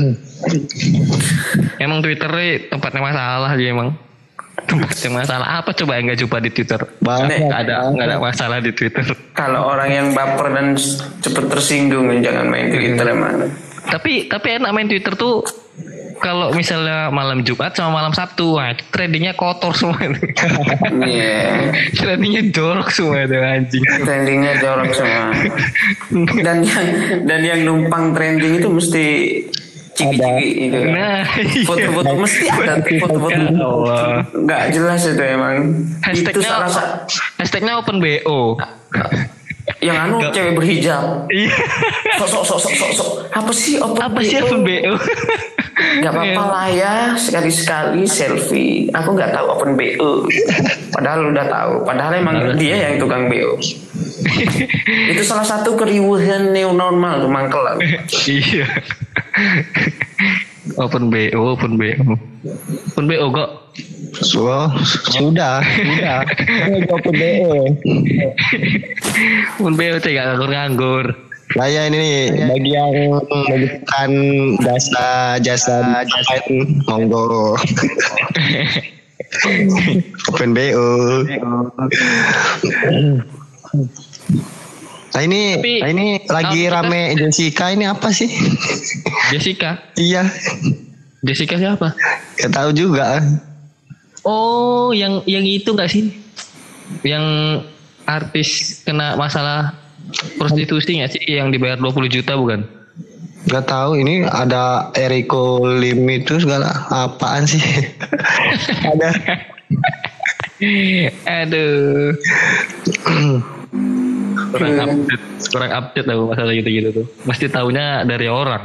Emang Twitternya tempatnya masalah aja emang. Tempatnya masalah apa coba yang nggak jumpa di Twitter? Banyak. Nggak ada nggak ada masalah di Twitter. Kalau orang yang baper dan cepet tersinggung jangan main Twitter emang. Tapi tapi enak main Twitter tuh kalau misalnya malam Jumat sama malam Sabtu, wah trendingnya kotor semua. Iya. Yeah. Trendingnya jorok semua itu anjing. Trendingnya jorok semua. Dan yang dan yang numpang trending itu mesti ciki-ciki itu. Nah, foto-foto iya. mesti ada foto-foto. Nggak jelas itu emang. Hashtagnya Itu salah satu. Hashtagnya open B O. Yang anu Gak. Cewek berhijab. Iya. Sok sok sok sok sok. Apa sih open Apa B O? sih open B O? Gak apa-apa lah ya, sekali-sekali selfie. Aku nggak tahu open B O. Padahal udah tahu. Padahal emang dia yang tukang B O. Itu salah satu keriuhan new normal tuh mangkel. Iya. Open B O, open B O. Open B O kok. So, sudah, sudah. Open B O. Open B O cek gak nganggur-nganggur. Nah ya ini nih bagi yang membutuhkan jasa jasa jasa monggo. Open B O. Nah ini, Tapi, nah ini lagi kita, rame Jessica ini apa sih? Jessica. Iya. Jessica siapa? Gak tahu juga. Oh, yang yang itu nggak sih? Yang artis kena masalah prostitusi nggak sih? Yang dibayar dua puluh juta bukan? Gak tahu ini ada Eriko Lim itu segala apaan sih? Ada. Aduh. kurang update, kurang update aku masalah gitu-gitu tuh. Mesti taunya dari orang.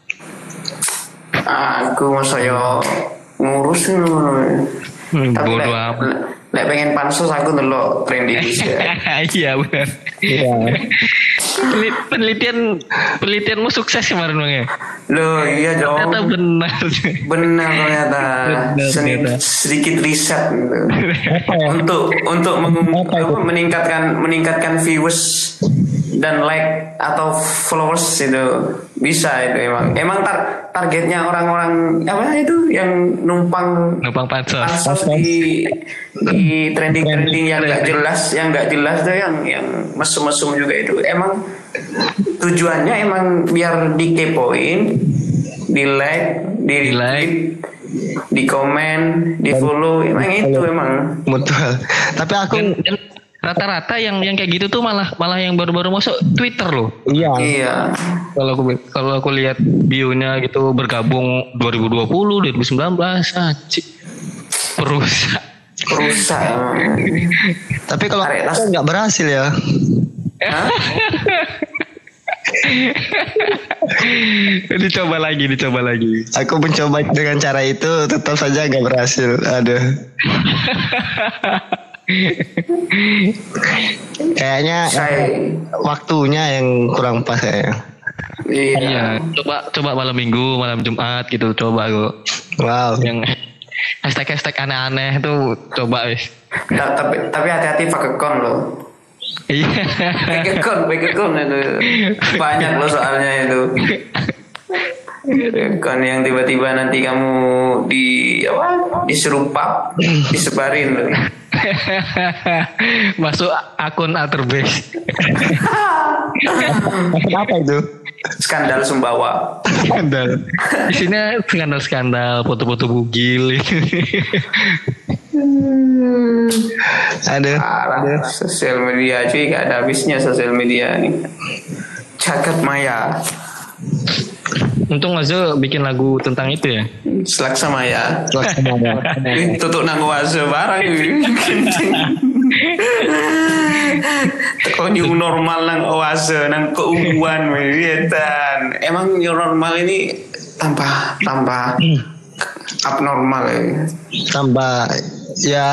Aku masa yo ngurus Hmm, tapi bodo lek, amat. lek pengen pansus aku ndelok tren di Indonesia. Iya benar. Iya. Penelitian penelitianmu sukses kemarin bang ya. Loh iya dong. Ternyata benar. Benar ternyata. Benar, Seni- ternyata. sedikit riset gitu. ya? untuk untuk meng- apa, meningkatkan meningkatkan views dan like atau followers itu bisa itu emang emang tar, targetnya orang-orang apa itu yang numpang Numpang pansos. pansos di di trending trending yang nggak jelas yang nggak jelas tuh yang yang mesum-mesum juga itu emang tujuannya emang biar dikepoin, di like, di Di like. di komen, di follow, emang itu emang. Betul. Tapi aku Dan, dan rata-rata yang yang kayak gitu tuh malah malah yang baru-baru masuk Twitter loh. iya. Iya. Kalau aku kalau aku lihat bio-nya gitu bergabung dua ribu dua puluh, dua ribu sembilan belas anjir. Perusak. Rusak emang. Tapi kalau Arek, aku nggak berhasil ya. Hah? Dicoba lagi, dicoba lagi. Aku mencoba dengan cara itu tetap saja nggak berhasil. Aduh. Kayaknya Saya, waktunya yang kurang pas ya. iya. Iya, coba coba malam Minggu, malam Jumat gitu coba kok. Wow. Yang hashtag-hashtag aneh-aneh tuh coba wis. Ta- tapi tapi hati-hati pakai kon loh. Iya. Pakai kon, pakai kon itu banyak loh soalnya itu. Kon yang tiba-tiba nanti kamu di apa? Diserupap, disebarin loh. Masuk akun Alterbase. Apa itu? Skandal Sumbawa. Skandal. Isinya skandal-skandal, foto-foto bugil. Aduh. Parah, sosial media cuy, gak ada habisnya sosial media nih. Jagat maya. Untung aja bikin lagu tentang itu ya. Selaksa maya. Laksamana. Ih, tutuk nang oase barang iki. Teko new normal nang oase nang keungguan wetan. Emang new normal ini tanpa tanpa abnormal ya. Tambah ya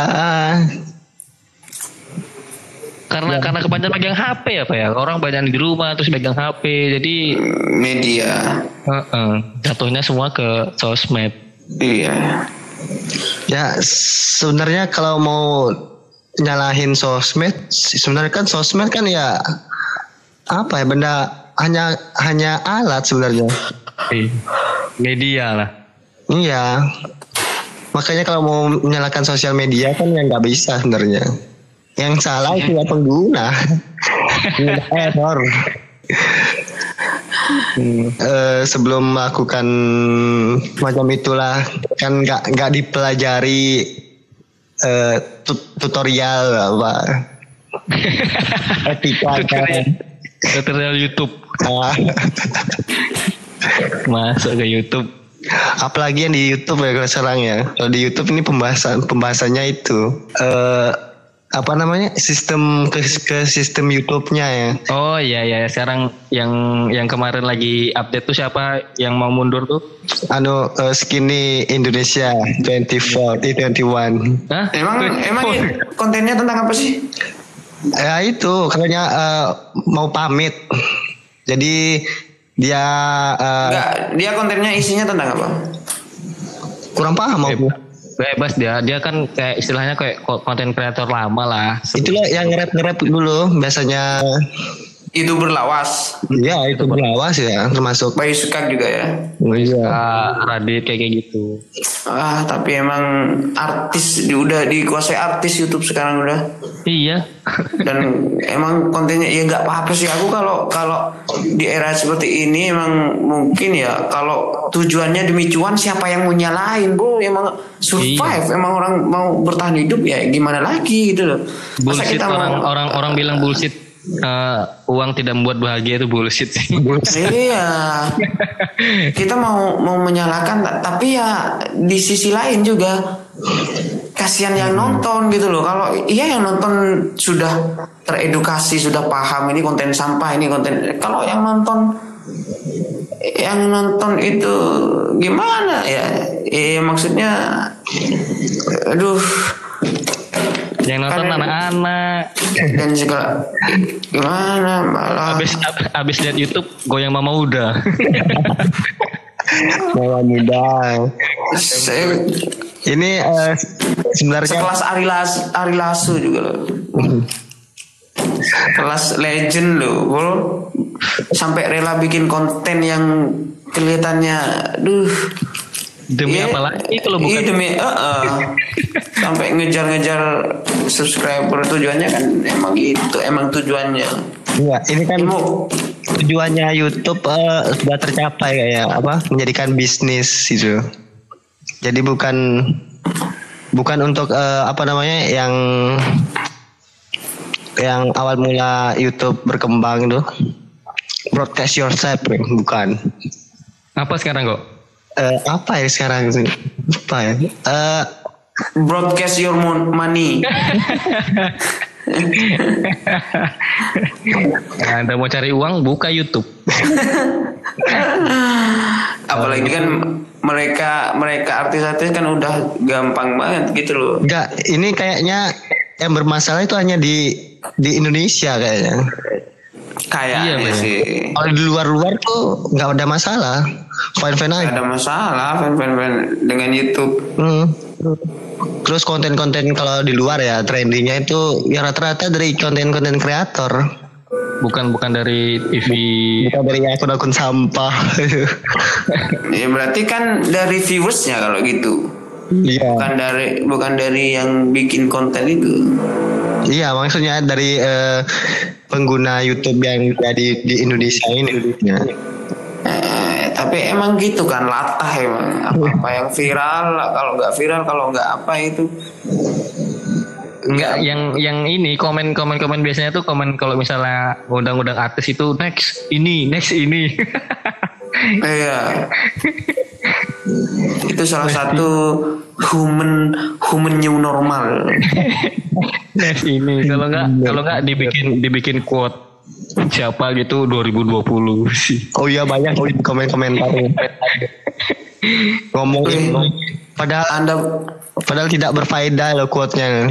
Karena karena kebanyakan pegang H P ya Pak ya. Orang banyak di rumah terus pegang H P. Jadi Media. uh-uh, jatuhnya semua ke sosmed. Iya. ya sebenarnya kalau mau nyalahin sosmed, sebenarnya kan sosmed kan ya apa ya, benda hanya hanya alat sebenarnya. Iya. Media lah. Iya. Makanya kalau mau menyalakan sosial media kan ya nggak bisa sebenarnya. Yang salah itu ya pengguna. Error. Hmm, eh, sebelum melakukan macam itulah kan nggak nggak dipelajari eh, tut- tutorial apa etika Tutorial, tutorial YouTube. Ah, Masuk ke YouTube. apalagi yang di YouTube ya kalau sekarang ya. Kalau di YouTube ini pembahasan pembahasannya itu eh, apa namanya, sistem ke, ke sistem YouTube-nya ya. Oh iya iya sekarang yang yang kemarin lagi update tuh siapa yang mau mundur tuh? Anu eh, Skinny Indonesia dua puluh empat eh dua puluh satu. Hah? Emang emang Oh. ini kontennya tentang apa sih? Ya itu katanya eh, mau pamit. Jadi dia eh, Enggak, dia kontennya isinya tentang apa? kurang paham aku. Bebas dia, dia kan kayak istilahnya kayak konten kreator lama lah. Itulah yang nge-rap-nge-rap dulu biasanya. YouTuber lawas. Ya itu berlawas ya termasuk. Bayu Sukak juga ya. Iya. Ah, Radit kayak kayak gitu. Ah, tapi emang artis udah dikuasai artis YouTube sekarang udah. Iya. Dan emang kontennya ya nggak apa-apa sih, aku kalau kalau di era seperti ini emang mungkin ya kalau tujuannya demi cuan siapa yang mau nyalain, bro? Emang survive, emang orang mau bertahan hidup ya gimana lagi gitu loh. Masa Bullshit, kita orang mau orang orang bilang bullshit. eh, uang tidak membuat bahagia itu bullshit sih. iya, kita mau mau menyalahkan, tapi ya di sisi lain juga kasihan yang nonton gitu loh. Kalau iya yang nonton sudah teredukasi, sudah paham ini konten sampah, ini konten. Kalau yang nonton yang nonton itu gimana ya? Eh maksudnya, aduh. Yang nonton Kan- anak-anak. Dan segala gimana malah. Abis ab- abis lihat YouTube goyang mama udah. Mama muda. Saya Ini eh, sebenarnya sekelas Ari Las Ari Lasso juga loh. Kelas legend loh, bro. Sampai rela bikin konten yang kelihatannya, duh. Demi Iya, apa lagi kalau iya, bukan demi uh, uh. sampai ngejar-ngejar subscriber, tujuannya kan emang gitu, emang tujuannya. iya, ini kan Mau tujuannya YouTube eh, sudah tercapai kayak apa? Menjadikan bisnis gitu. Jadi bukan bukan untuk eh, apa namanya yang yang awal mula YouTube berkembang itu broadcast yourself, bukan. apa sekarang kok? Eh, apa ya sekarang sih? Apa ya? Eh, broadcast your mon- money. Nah, Anda mau cari uang buka YouTube. Apalagi kan mereka mereka artis-artis kan udah gampang banget gitu loh. enggak, ini kayaknya yang bermasalah itu hanya di di Indonesia kayaknya. Kayaknya Iya, sih. Kalau di luar-luar tuh nggak ada masalah, fine-fine Gak aja. ada masalah fan-fan dengan YouTube. Hmm. Terus konten-konten kalau di luar ya trendingnya itu ya rata-rata dari konten-konten kreator, Bukan bukan dari T V. bukan dari akun-akun sampah. Ya berarti kan dari viewersnya kalau gitu. Iya. Bukan dari bukan dari yang bikin konten itu. Iya, maksudnya dari eh, pengguna YouTube yang jadi di Indonesia ini. Ya. Eh, tapi emang gitu kan latah emang apa yang viral kalau nggak viral kalau nggak apa itu Enggak, yang yang ini komen komen komen biasanya tuh komen kalau misalnya undang-undang artis itu next ini next ini. iya itu salah satu human human new normal. next ini kalau nggak kalau nggak dibikin dibikin quote siapa gitu dua ribu dua puluh sih. Oh iya banyak komen-komentar ngomongin padahal Anda padahal tidak berfaedah loh quote-nya.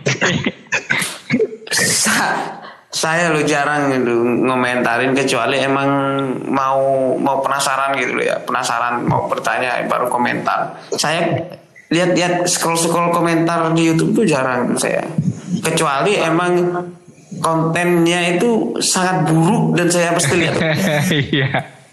sa- saya lo jarang gitu ngomentarin kecuali emang mau mau penasaran gitu loh ya penasaran mau bertanya baru komentar. Saya lihat-lihat scroll-scroll komentar di YouTube tuh jarang saya kecuali emang kontennya itu sangat buruk dan saya pasti lihat. Iya.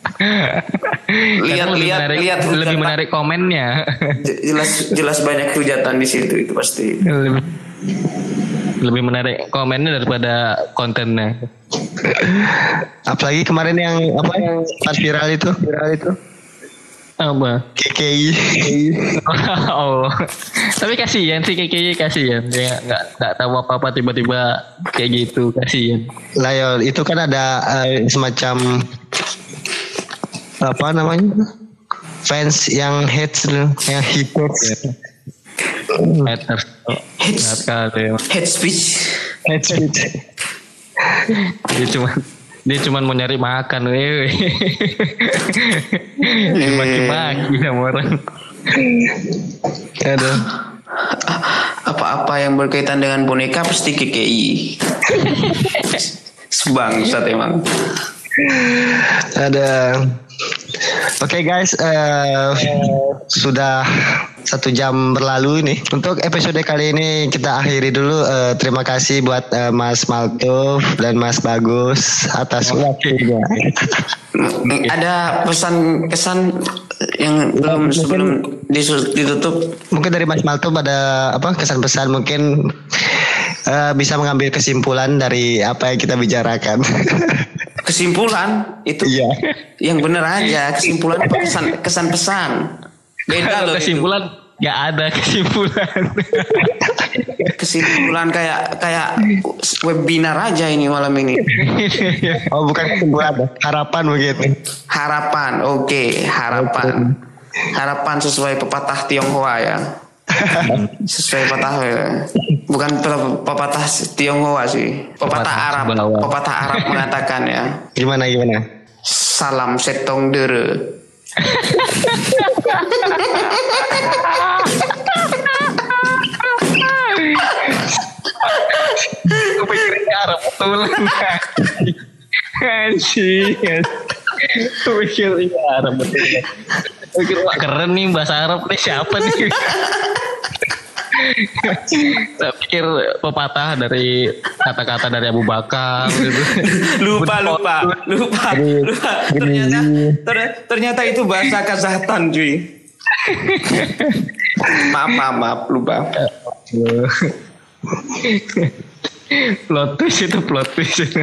lihat Karena lebih lihat menarik, lihat lebih hujatan. menarik komennya. J- jelas jelas banyak hujatan di situ itu pasti. lebih, lebih menarik komennya daripada kontennya. Apalagi kemarin yang apa yang pas viral itu viral itu Apa? K K I. Oh, tapi kasihan sih kayaknya kasihan dia nggak nggak tahu apa apa tiba-tiba kayak gitu kasihan. Lah ya, itu kan ada eh, semacam apa namanya fans yang hates loh, yang haters. Haters. Hate, Kali. hate speech. Hate speech. Dia cuma dia cuma mau nyari makan, weh. Maki-maki sama orang. Aduh. Apa-apa yang berkaitan dengan boneka pasti K K I. Sebangsat emang. Ada. Oke guys, eh, sudah satu jam berlalu ini. Untuk episode kali ini kita akhiri dulu. Eh, terima kasih buat eh, Mas Maltuf dan Mas Bagus atas waktunya. Ada pesan kesan yang belum sebelum disu- ditutup. Mungkin dari Mas Maltuf ada apa kesan-pesan mungkin eh, bisa mengambil kesimpulan dari apa yang kita bicarakan. Kesimpulan itu Iya. yang benar aja. Kesimpulan apa kesan kesan pesan. Beda Kalau loh. kesimpulan nggak ada kesimpulan. itu. Kesimpulan kayak kayak webinar aja ini malam ini. Oh bukan kesimpulan, harapan begitu. Harapan, oke, harapan. Harapan sesuai pepatah Tionghoa ya. Sesuai pepatah ya. Bukan pe- pepatah Tionghoa sih. Pepatah Arab. Bawah. Pepatah Arab mengatakan ya. Gimana gimana? Salam setong dere. Gue pikirnya Arab betulan. Anjing. Gue pikirnya Arab betulan. Gue pikir wah keren nih bahasa Arab nih siapa nih. Saya pikir pepatah dari kata-kata dari Abu Bakar gitu. Lupa lupa lupa. lupa. Ternyata ter- ternyata itu bahasa Kazakhstan cuy. Maaf maaf maaf lupa. Plot twist itu plot twist.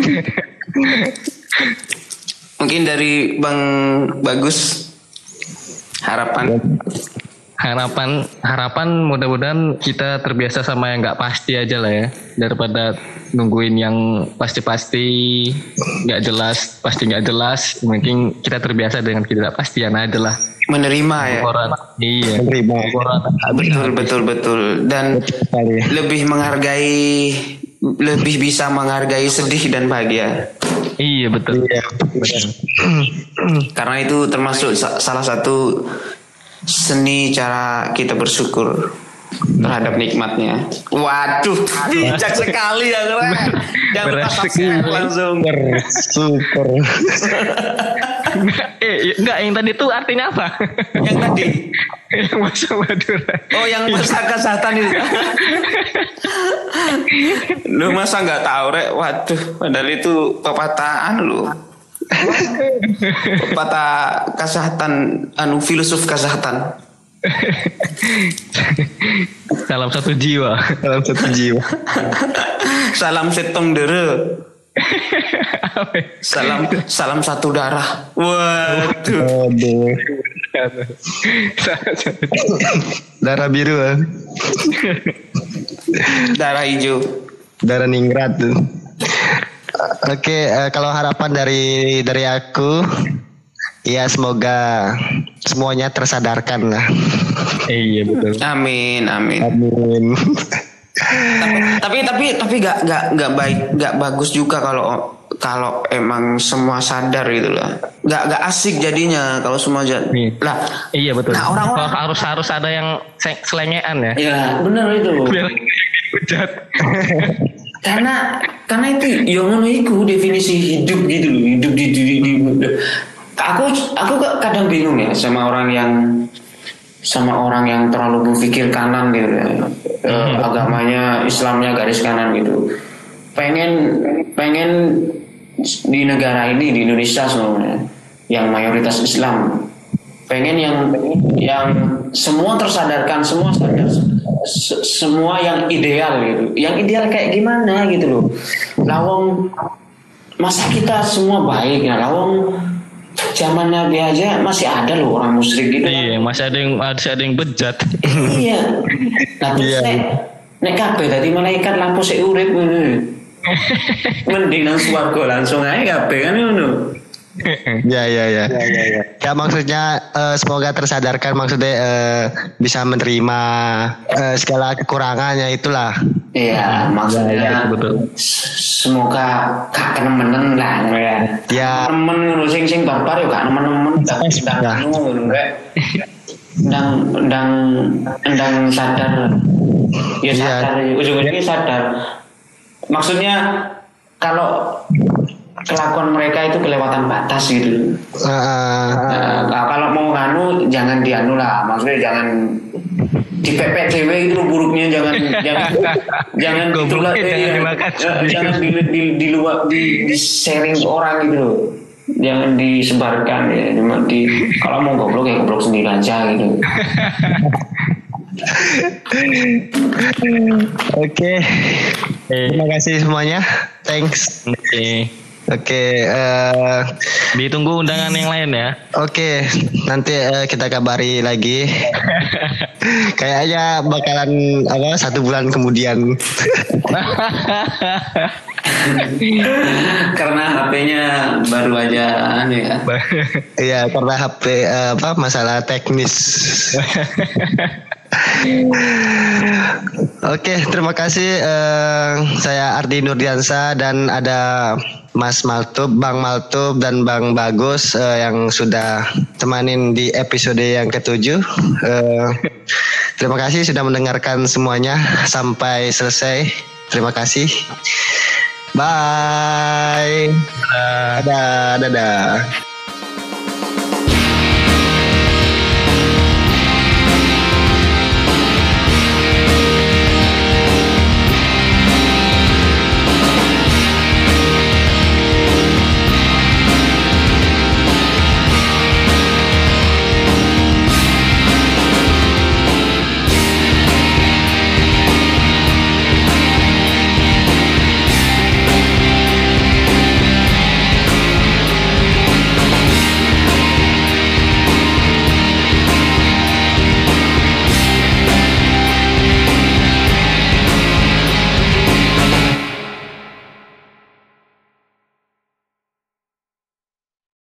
Mungkin dari Bang Bagus harapan. harapan harapan mudah-mudahan kita terbiasa sama yang nggak pasti aja lah ya daripada nungguin yang pasti-pasti nggak jelas pasti nggak jelas mungkin kita terbiasa dengan ketidakpastian aja lah Menerima ya. Corona iya Menerima. Corona Betul betul betul dan Sekali. lebih menghargai lebih bisa menghargai sedih dan bahagia iya betul Iya. karena itu termasuk sa- salah satu seni cara kita bersyukur terhadap nikmatnya. Waduh, bijak sekali ya keren. Yang Beresik langsung. Super. eh enggak, yang tadi tuh artinya apa? Yang tadi. Yang masa Madura. Oh, yang masa kesehatan itu. Lu masa nggak tahu rek? Waduh, padahal itu pepatah lu. Pepatah kesehatan, anu filosof kesehatan. Salam satu jiwa. Dalam satu jiwa. Salam setong dere. Salam salam satu darah. Waduh. Aduh. Darah biru kan? Darah hijau. Darah ningrat tuh. Oke, eh, kalau harapan dari dari aku, ya semoga semuanya tersadarkan lah. Eh, iya betul. Amin, amin. Amin. tapi tapi tapi gak gak gak baik, gak bagus juga kalau kalau emang semua sadar gitu lah. Gak gak asik jadinya kalau semua jadi. Lah, Iya betul. Nah, orang-orang- Kalau harus harus ada yang se- selengean ya. ya bener itu. Biar hujat. karena karena itu yang ngono iku definisi hidup gitu loh, hidup di, di, di, di aku aku kadang bingung ya sama orang yang sama orang yang terlalu berpikir kanan gitu ya. Eh, agamanya Islamnya garis kanan gitu, pengen pengen di negara ini, di Indonesia semuanya yang mayoritas Islam, pengen yang yang semua tersadarkan, semua sadar, se- semua yang ideal gitu. Yang ideal kayak gimana gitu loh. Lawong masa kita semua baik ya, lawong zaman Nabi aja masih ada loh orang musyrik gitu. Iya, masih ada yang masih ada yang bejat. Iya. Nah terus Iya. nek nek kabeh dadi malaikat lampu sik urip ngono. Mending nang swarga langsung ae kabeh kan ngono. Ya ya ya. Ya maksudnya eh, semoga tersadarkan, maksudnya eh, bisa menerima eh, segala kekurangannya itulah. Iya, maksudnya betul. s- semoga gak kenemen lah ya. Ya. Nemen ngono sing sing barbar yo gak nemen-nemen gak Ya. ndang ngono rek. Ndang ndang ndang sadar. Ya Iya. sadar, ujung-ujungnya sadar. Maksudnya kalau kelakuan mereka itu kelewatan batas gitu. Eh, Nah, kalau mau nganu jangan dianu lah, maksudnya jangan dipepet dewe itu buruknya, jangan jangan jangan Gobloknya itulah, jangan eh, dimakan. eh, jangan di di di luar di, di sharing ke orang gitu loh. Jangan disebarkan ya, cuma di kalau mau goblok ya goblok sendiri aja gitu. Oke. Terima kasih semuanya. Thanks. Oke. Oke, eh, Ditunggu undangan yang lain ya. oke, nanti eh, kita kabari lagi. Kayaknya bakalan apa satu bulan kemudian. Karena H P-nya baru aja anu ya. Iya, karena H P eh, apa masalah teknis. Oke, terima kasih. Eh, saya Ardi Nurdiansa dan ada Mas Maltub, Bang Maltub dan Bang Bagus eh, yang sudah temanin di episode yang ketujuh. Eh, terima kasih sudah mendengarkan semuanya sampai selesai. Terima kasih. Bye. Dadah, dadah.